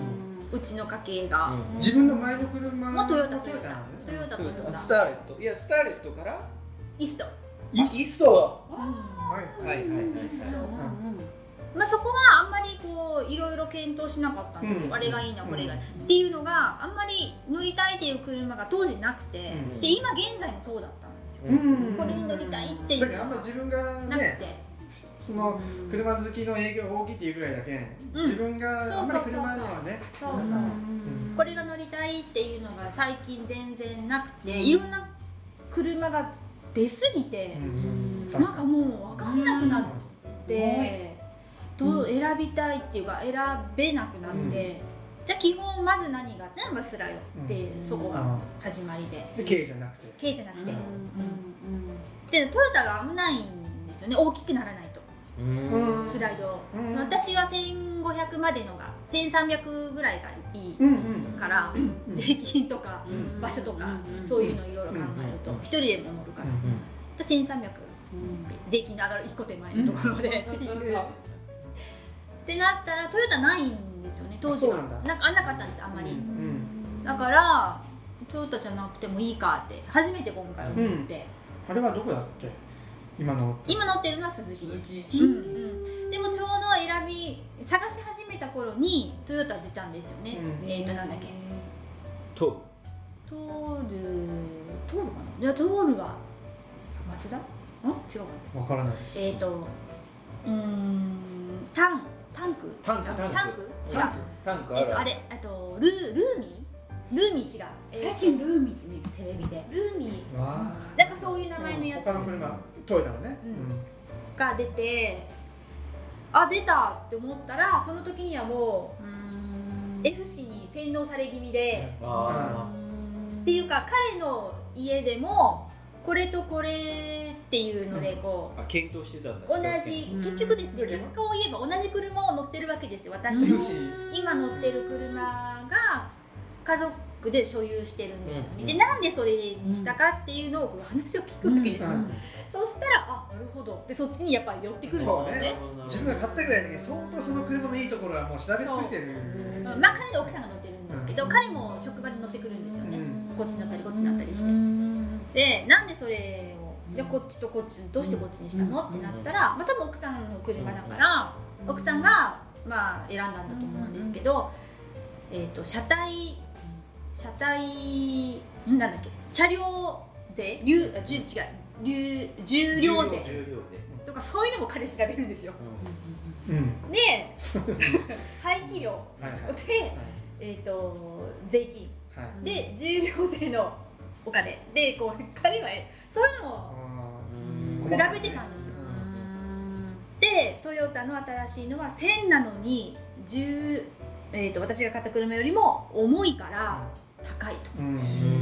うちの家系が、 うん自分の前の車もうトヨタトヨタなんトヨタトヨタスターレットいやスターレットからイスト、 イイストはいはいはいはいイスト、 うんまあ、そこはあんまりこういろいろ検討しなかったんですよ、 うんあれがいいなこれがいい、 うんっていうのがあんまり乗りたいっていう車が当時なくて、 うんで今現在もそうだったんですよ、 うんこれに乗りたいっていうだけどあんま自分がなくて、 ねその車好きの営業大きいっていうぐらいだけん、 うん自分があんまり車にはねそうそう、 んこれが乗りたいっていうのが最近全然なくて、 うんいろんな車が出すぎて、 うんなんかもう分かんなくなって、どううん選びたいっていうか選べなくなって、 うんじゃあ基本まず何が全部スライドって、 うんそこがあ始まりで、 で軽じゃなくて軽じゃなくて、 うんでトヨタが危ないんですよね、大きくならないと、 うんうんスライド、 うん私はせんごひゃくまでのがせんさんびゃくぐらいがいいうんうんから、 うん税金とか、 うん場所とか、 うんそういうのいろいろ考えるとうん一、人でも乗るから、でせんさんびゃく税金が上がるいっこ手前のところで、 うんっていうそうそうそうってなったらトヨタないんですよね当時は。 あそうなんだなんかあんなかったんですあんまり、 うんだからトヨタじゃなくてもいいかって初めて今回思って、 あれはどこだっけ今の今乗ってるのは鈴木鈴木うんうん、でもちょうど選び探し始めた頃にトヨタ出たんですよね、 うんえっ、ー、となんだっけとトールトールかないやトールはマツダあ違うかなわからないですえっ、ー、とうーんタンタンクタンク違うタンクタンク違うタンクタンクえっ、 あるとあれあとルルーミールーミー違う、えー最近ルーミー見るテレビでルーミーわなんかそういう名前のやつ他の車トヨタのねうんが出てあ出たって思ったらその時にはもう F 氏に洗脳され気味で、 あっていうか彼の家でもこれとこれっていうのでこう、 あ検討してたんだ同じうん結局ですねうん結果を言えば同じ車を乗ってるわけですよ私のうん今乗ってる車が家族で所有してるんですよね、 うんでなんでそれにしたかっていうのを話を聞くわけですよ、 うんそしたらあなるほどでそっちにやっぱり寄ってくるんですよそうねね自分が買ったぐらいだけど相当その車のいいところはもう調べ尽くしてるうんまあ彼の奥さんが乗ってるんですけど、 うん彼も職場に乗ってくるんですよね、 うんこっち乗ったりこっち乗ったりして、 うんでなんでそれをじゃあこっちとこっちどうしてこっちにしたの、ってなったら、まあ、多分奥さんの車だから、奥さんが、まあ、選んだんだと思うんですけど、えー、と車体車体なんだっけ車両税流あじゅ違う流重量税重量税とかそういうのも彼調べるんですようんでそう排気量はいはいはいで、えー、と税金はいで重量税のお金でこう彼はそういうのもあ比べてたんですよでトヨタの新しいのはせんなのにじゅう、えー、と私が買った車よりも重いから高いとーうん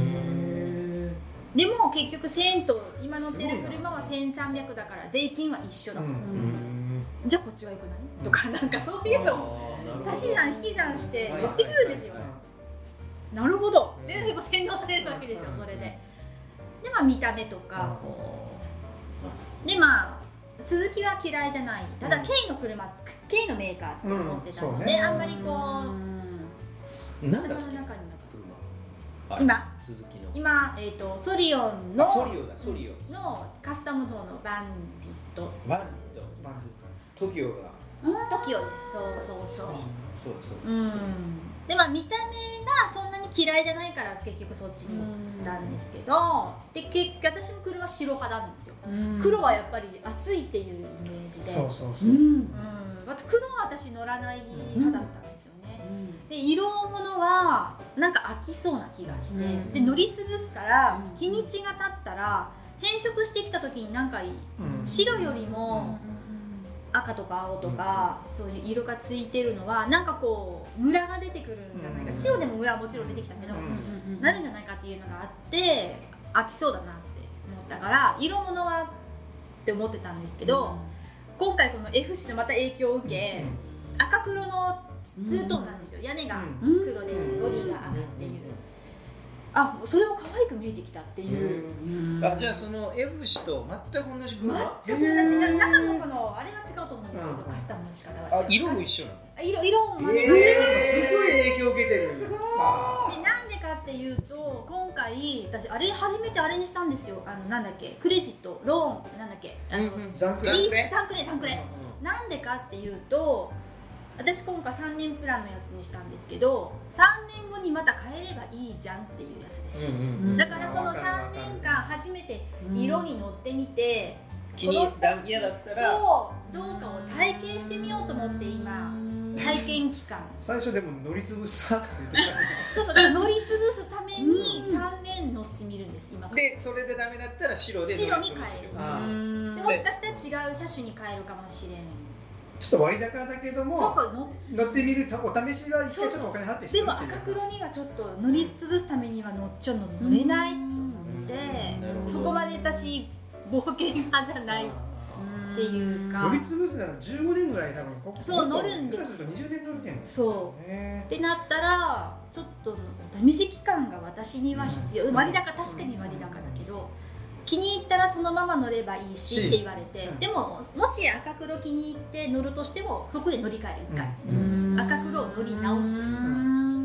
でも結局せんと今乗ってる車はせんさんびゃくだから税金は一緒だと、 うんじゃあこっちは良くないとかなんかそういうのを足し算引き算して持ってくるんですよ、なるほどでやっぱ洗脳されるわけですよそれででまあ見た目とかこうでまあ鈴木は嫌いじゃないただうん K の車 K のメーカーって思ってたので、 うんそうねあんまりこうなんだっけ頭の中になかっ車た今鈴木の今、えー、とソリオンのあソリオだソリオのカスタムドのバンディットバンディッバントトキオがトキオですそうそうそうそうそううんそうでまあ見た目がそんなに嫌いじゃないから結局そっちに行ったんですけどで結私の車は白派なんですよ黒はやっぱり暑いっていうイメージでそうそうそううん私黒は私乗らない派だったんですよね、で色物はなんか飽きそうな気がして、 うんで乗りつぶすからうん日にちが経ったら変色してきた時になんかうん白よりも赤とか青とか、そういう色がついてるのはなんかこうムラが出てくるんじゃないか、 うん白でもムラはもちろん出てきたけど、 うんなるんじゃないかっていうのがあって飽きそうだなって思ったから色物はって思ってたんですけど、今回この F 氏のまた影響を受け、赤黒のツートーンなんですよ、屋根が黒でボディが赤っていう、 あそれも可愛く見えてきたっていう、 うん、あじゃあその F 氏と全く同じ車、 全く同じな中のそのあれは違うと思うんですけど、 うん、 カスタムの仕方は違う。 あ色も一緒なの？ 色色もまね、 えー、すごい影響を受けてる。 すごい。 でなんでかっていうと今回私あれ初めてあれにしたんですよ。あのなんだっけクレジットローンなんだっけあの、 うんうん、 ザンクレリースザンクレザンクレ、 うん、 なんでかっていうと私今回さんねんプランのやつにしたんですけどさんねんごにまた変えればいいじゃんっていうやつです、 うんうんうん、 だからそのさんねんかん初めて色に乗ってみて、 うん、気に嫌だったらそうどうかを体験してみようと思って今体験期間最初でも乗りつぶすって言ってたそうそうだから乗りつぶすためにさんねん乗ってみるんです今でそれでダメだったら白で白に変えるあでもしかしたら違う車種に変えるかもしれんちょっと割高だけどもそうそうの乗ってみるお試しは一回ちょっとお金払ってでも赤黒にはちょっと乗りつぶすためには乗っちょ乗れないと思ってそこまで私冒険派じゃないっていうか乗りつぶすならじゅうごねんぐらい多分ここそう乗るんですするとにじゅうねん乗るけんそうへってなったらちょっと試し期間が私には必要、うん、割高確かに割高だけど気に入ったらそのまま乗ればいいしって言われて、うん、でももし赤黒気に入って乗るとしてもそこで乗り換えるいっかい、うん、赤黒を乗り直す、うん、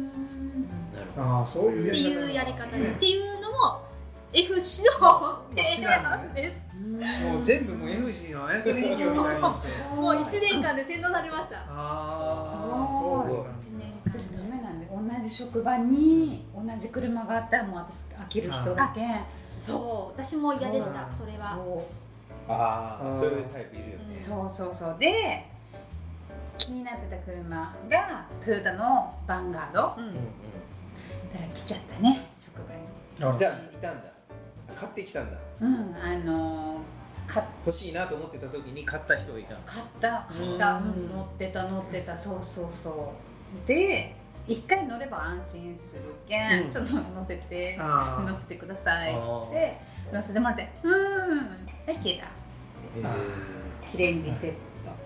ああそういうっていうやり方で、うん、っていうのも F 氏の提案です。 もう全部もう F 氏の操り人形みたいにしてもういちねんかんで洗脳されました。 ああそういちねん私ダメなんで同じ職場に同じ車があったらもう私飽きる人だけんそう私も嫌でしたそれはそうああそういうタイプいるよね、 うん、そうそうそうで気になってた車がトヨタのヴァンガード、うんうん、だから来ちゃったね職場にじゃあいたんだ買ってきたんだうんあのー、 欲しいなと思ってた時に買った人がいたの買った買った、うん、乗ってた乗ってたそうそうそうで一回乗れば安心するけん、うん、ちょっと乗せて乗せてくださいって乗せてもらってうーんはい消えた綺麗にリセット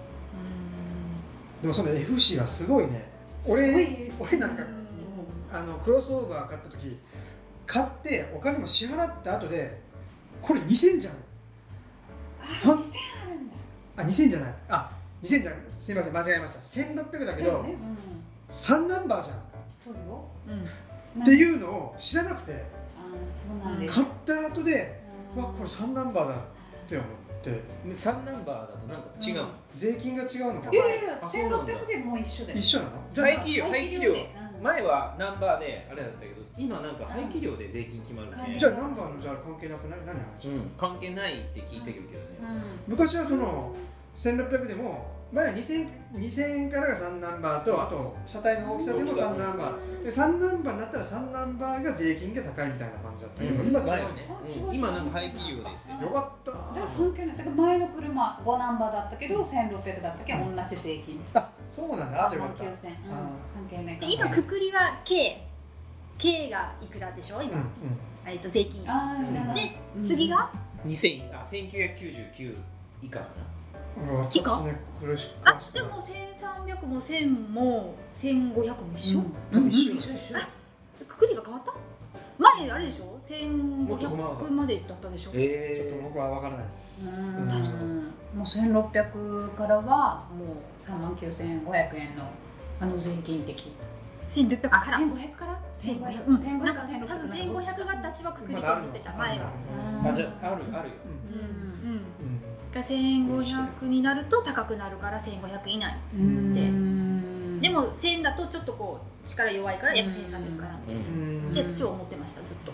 でもその F 氏はすごいね俺俺なんかあのクロスオーバー買った時買ってお金も支払った後でこれにせんじゃんあにせんあるんだあにせんじゃないあにせんじゃないすいません間違えましたせんろっぴゃくだけど、ねうんさんナンバーじゃんそうよ、 うん、っていうのを知らなくてあそうなんです買った後でわこれさんナンバーだって思ってさんナンバーだとなんか違うの、うん、 税金が違うのかいやいやせんろっぴゃくでも一緒だよ一緒なの排気量排気量前はナンバーであれだったけど今なんか排気量で税金決まるね、 じゃあナンバーのじゃあ関係なくない何話、 うん、関係ないって聞いてるけどね、 うん、昔はそのせんろっぴゃくでも前はにせんえんからがさんナンバーとあと車体の大きさでもさんナンバーでさんナンバーになったらさんナンバーが税金が高いみたいな感じだったけど、うん、今違うね、 うん、今なんか排気量でよかっただから関係ないだから前の車ごナンバーだったけどせんろっぴゃくだったけど同じ税金あそうなんだよかった、うん、関係ないで今くくりは K K がいくらでしょ今、うんうん、えっと税金あで、うん、次がにせんあせんきゅうひゃくきゅうじゅうきゅう以下かな以下あでもせんさんびゃくもせんもせんごひゃくも一緒、 うん、一緒あくくりが変わった前あれでしょせんごひゃくまでだったでしょ、 えー、ちょっと僕は分からないですうん確かにもうせんろっぴゃくからはもうさんまんきゅうせんごひゃくえんのあの税金的せんろっぴゃくからせんごひゃくからせんごひゃく、うん、なんか多分せんごひゃくが私はくくりと思ってた前はあじゃああるあるようんうんがせんごひゃくになると高くなるからせんごひゃく以内ってでもせんだとちょっとこう力弱いから約せんさんびゃくかなみたいなで私は思ってましたずっと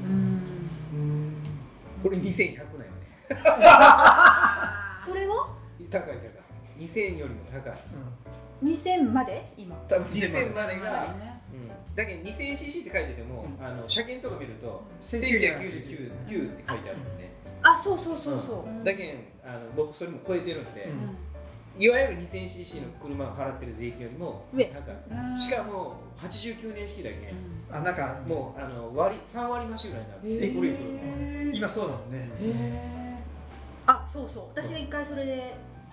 これにせんひゃくなんよねそれは高い高いにせんよりも高い、 うん、にせんまで今多分にせんまでが、うん、だけど にせんシーシー って書いてても、うん、あの車検とか見るとせんきゅうひゃくきゅうじゅうきゅうって書いてあるんで、ね、 あそうそうそうそう、うん、 だけどあの僕それも超えてるんで、うん、いわゆる にせんシーシー の車が払ってる税金よりも高いしかもはちじゅうきゅうねん式だけ、 うん、あなんかもうあの割さんわり増しぐらいになるえこれいくら今そうだもんねへあそうそう私が一回それで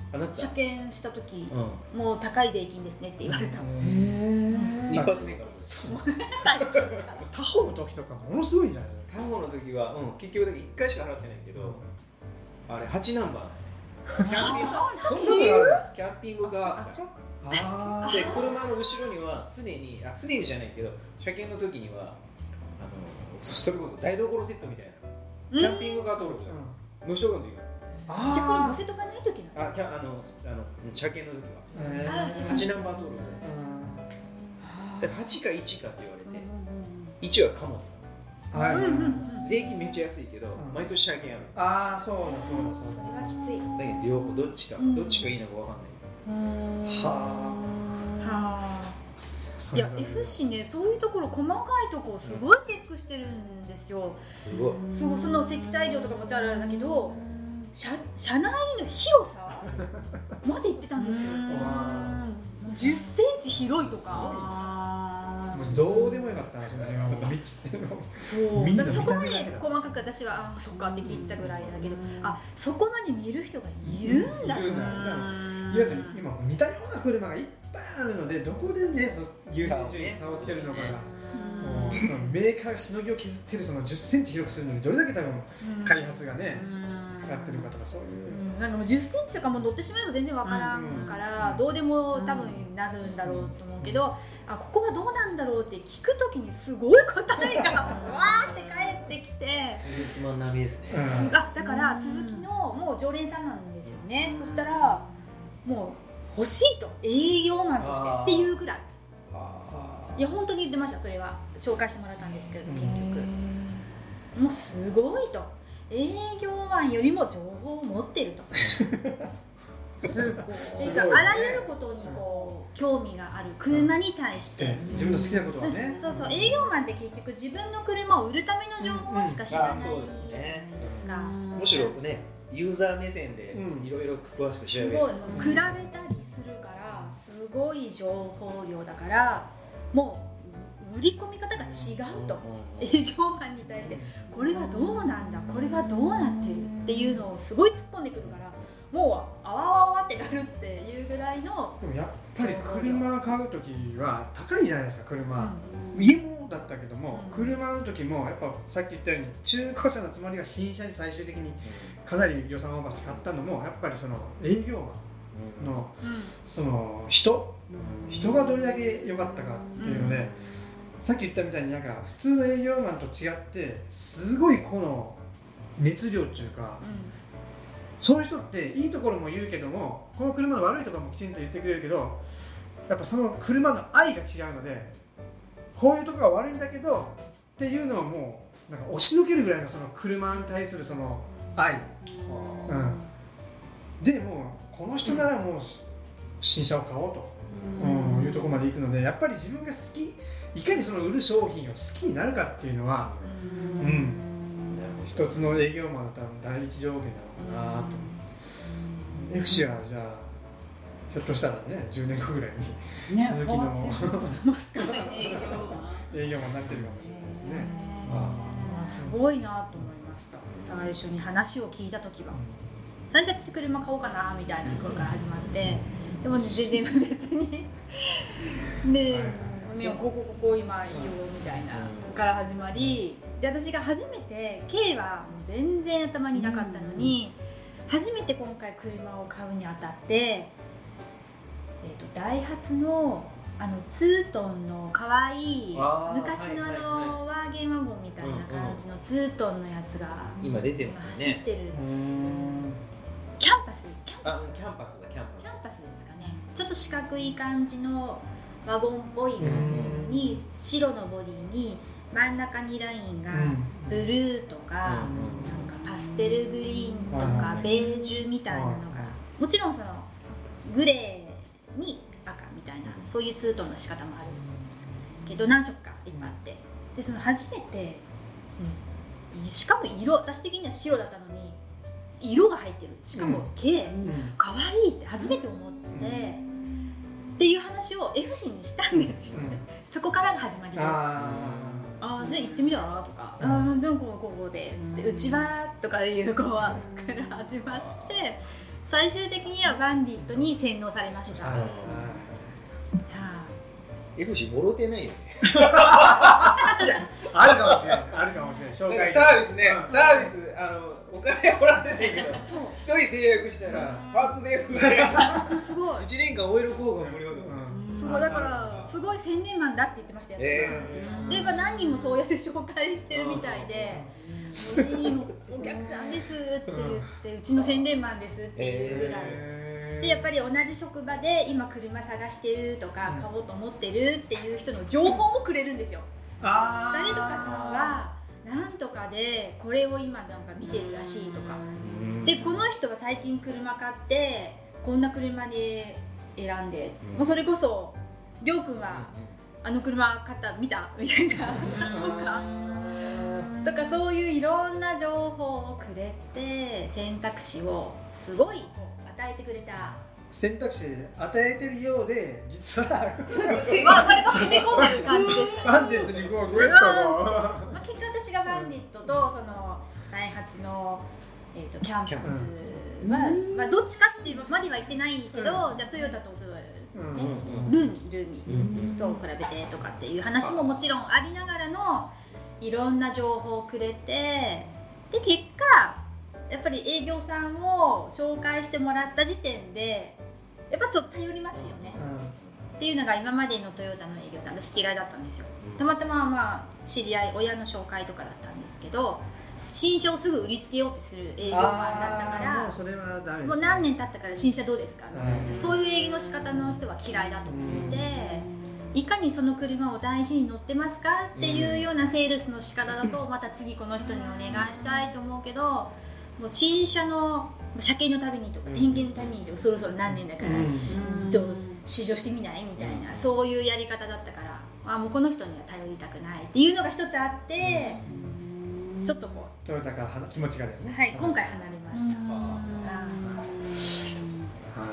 あなた車検した時、 うん、 もう高い税金ですねって言われたもん。 へ一発目から最初から他方の時とかものすごいんじゃないですか。 タゴの時は、うん、結局だけいっかいしか払ってないけど、あれはちナンバーキャンピングそんなのがあるの。 キャンピングカーあちょあで車の後ろには常にあ常にじゃないけど車検の時にはあのそそれこそ台所セットみたいなキャンピングカー登録だあ、 無償の時はあ逆に乗せとかないといけない。 あキャあのあの車検の時はえーあそうはちナンバー登録ではちかいちかって言われていちは貨物はい、 うんうんうん。 税金めっちゃ安いけど、 ん毎年車検あるああ、そうだそうだそうそだ。 れはきつい。 だけど両方どっちか、 うんどっちがいいのかわかんないははあ。 それぞれいや F 氏ね、そういうところ細かいところすごいチェックしてるんですよ。 すごいすごいその積載量とかもちろんあるんだけど、車車内の広さまで行ってたんですよ。じゅっセンチ広いとか。 もうどうでもよかったな、その辺はもう見そうみんなだからそこまで見た目だけだ細かく私はあそっかって聞いたぐらいだけど、あそこまで見る人がいるんだいるんだいやだって今似たような車がいっぱいあるのでどこでねその優先順位に差をつけるのかが、もうそのメーカーがしのぎを削ってるそのじゅっセンチ広くするのにどれだけ多分開発がねかかってるかとかそういううんなんかもうじゅっセンチとかも乗ってしまえば全然わからんから、どうでも多分なるんだろうと思うけど、あここはどうなんだろうって聞くときにすごい答えがわーって返ってきて、 セールスマン並みですね、 うんあだから鈴木のもう常連さんなんですよね。そしたらもう欲しいと営業マンとしてっていうぐらい、 あいや本当に言ってました。それは紹介してもらったんですけど、結局もうすごいと、営業マンよりも情報を持ってるとすてかあらゆることにこう興味がある車に対して、 自分の好きなことはねそうそう営業マンって結局自分の車を売るための情報しか知らないじゃないですか。 むしろねユーザー目線でうんいろいろ詳しく調べる、 すごい比べたりするからすごい情報量だからもう売り込み方が違うと、営業マンに対してこれはどうなんだこれはどうなってるっていうのをすごい突っ込んでくるから、もうあわわわってなるっていうぐらいの。 でもやっぱり車買うときは高いじゃないですか車、家もだったけども、 うん車の時もやっぱさっき言ったように中古車のつもりが新車に最終的にかなり予算オーバーして買ったのもやっぱりその営業マンのその人人がどれだけ良かったかっていうので、さっき言ったみたいになんか普通の営業マンと違ってすごいこの熱量っていうか、そういう人っていいところも言うけどもこの車の悪いところもきちんと言ってくれるけど、やっぱその車の愛が違うのでこういうところが悪いんだけどっていうのをもうなんか押しのけるぐらいのその車に対するその愛、うん、でもうこの人ならもう新車を買おうと、うん、いうところまで行くので、やっぱり自分が好きいかにその売る商品を好きになるかっていうのは、うん、一つの営業マンの多分第一条件なのかなと。F 氏はじゃあひょっとしたらねじゅうねんごぐらいにね鈴木のもしかしたら営業営業マンになってるかもしれないですね。 あすごいなと思いました。最初に話を聞いた時は最初私車買おうかなみたいなところから始まって、でも、ね、全然別にで、ね、ここここ今いいよみたいなから始まり、で私が初めて K はもう全然頭になかったのに、初めて今回車を買うにあたって、えー、とダイハツのあのツートンのかわいい昔のあのワーゲンワゴンみたいな感じのツートンのやつが今出てますよね。 走ってるうんキャンパスキャンパあキャンパスだキャンスキャンパスですかね。ちょっと四角い感じのワゴンっぽい感じのに白のボディに真ん中にラインがブルーとか、なんかパステルグリーンとかベージュみたいなのが、もちろんそのグレーに赤みたいなそういうツートンの仕方もあるけど何色か今あって、でその初めてそのしかも色、私的には白だったのに色が入ってる、しかも毛、かわいいって初めて思って、っていう話を F 氏にしたんですよね。そこからが始まりです。ああ、で行ってみたらとか、うん、あでもこうこうで、でうちはとかいう子はから始まって、 最終的にはバンディットに洗脳されました。 ははいエフシーもろてないよね。 いや、あるかもしれない、あるかもしれない。紹介サービスね、 うんサービスあのお金もらってないけど、一人制約したらパーツですごいいちねんかんオイル交換無料とか。 そうだからすごい宣伝マンだって言ってましたよ、 えー、で、まあ、何人もそうやって紹介してるみたいで「いいお客さんです」って言って「うちの宣伝マンです」っていうぐらい、えー、でやっぱり同じ職場で今車探してるとか買おうと思ってるっていう人の情報もくれるんですよ。 あ誰とかさんはなんとかでこれを今なんか見てるらしいとかで、この人が最近車買ってこんな車で選んで、うん、もうそれこそりょうくんはあの車買った見たみたいなとかとかそういういろんな情報をくれて選択肢をすごい与えてくれた。 選択肢与えてるようで実は割と攻め込んでる感じですバンディットにこうグッとこう、 まあ、結果私がバンディットとその開発の、えー、とキャンパスは、うんまあ、どっちかっていうまでは言ってないけど、うん、じゃあトヨタとその、ねうん、ルーミルーミと比べてとかっていう話ももちろんありながらのいろんな情報をくれて、で結果やっぱり営業さんを紹介してもらった時点でやっぱちょっと頼りますよね、うん、っていうのが今までのトヨタの営業さん私嫌いだったんですよ。たまたままあ知り合い親の紹介とかだったんですけど、新車をすぐ売りつけようとする営業マンだったからもうそれはダメですね。 もう何年経ったから新車どうですかみたいな、そういう営業の仕方の人は嫌いだと思って、いかにその車を大事に乗ってますかっていうようなセールスの仕方だとまた次この人にお願いしたいと思うけど、もう新車の車検のたびにとか点検のたびにとかそろそろ何年だからどう試乗してみないみたいな、そういうやり方だったから、あもうこの人には頼りたくないっていうのが一つあって、ちょっとこうトヨタから気持ちがですね、 はい、今回離れました。 はい、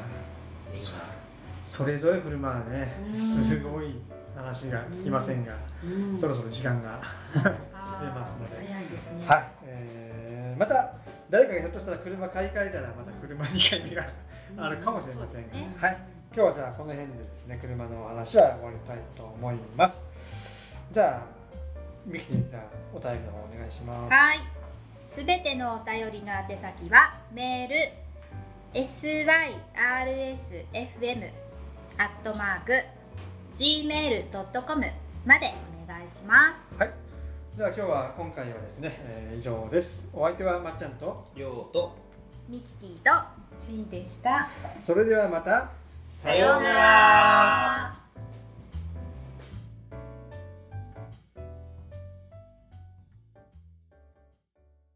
それぞれ車はねすごい話がつきませんが、そろそろ時間が出ますので、 早いですね。 はい、えー、また誰かがひょっとしたら車買い替えたらまた車にかいめがあるかもしれませんが、ね、はい、今日はじゃあこの辺でですね車のお話は終わりたいと思います。じゃあミキティ、じゃあお便りの方お願いします。 はい、すべてのお便りの宛先はメール エスワイアールエスエフエム アットマーク ジーメール ドットコム までお願いします。 はい、じゃあ今日は今回はですね、えー、以上です。お相手はまっちゃんとりょうとミキティとシーでした。 それではまたさようなら。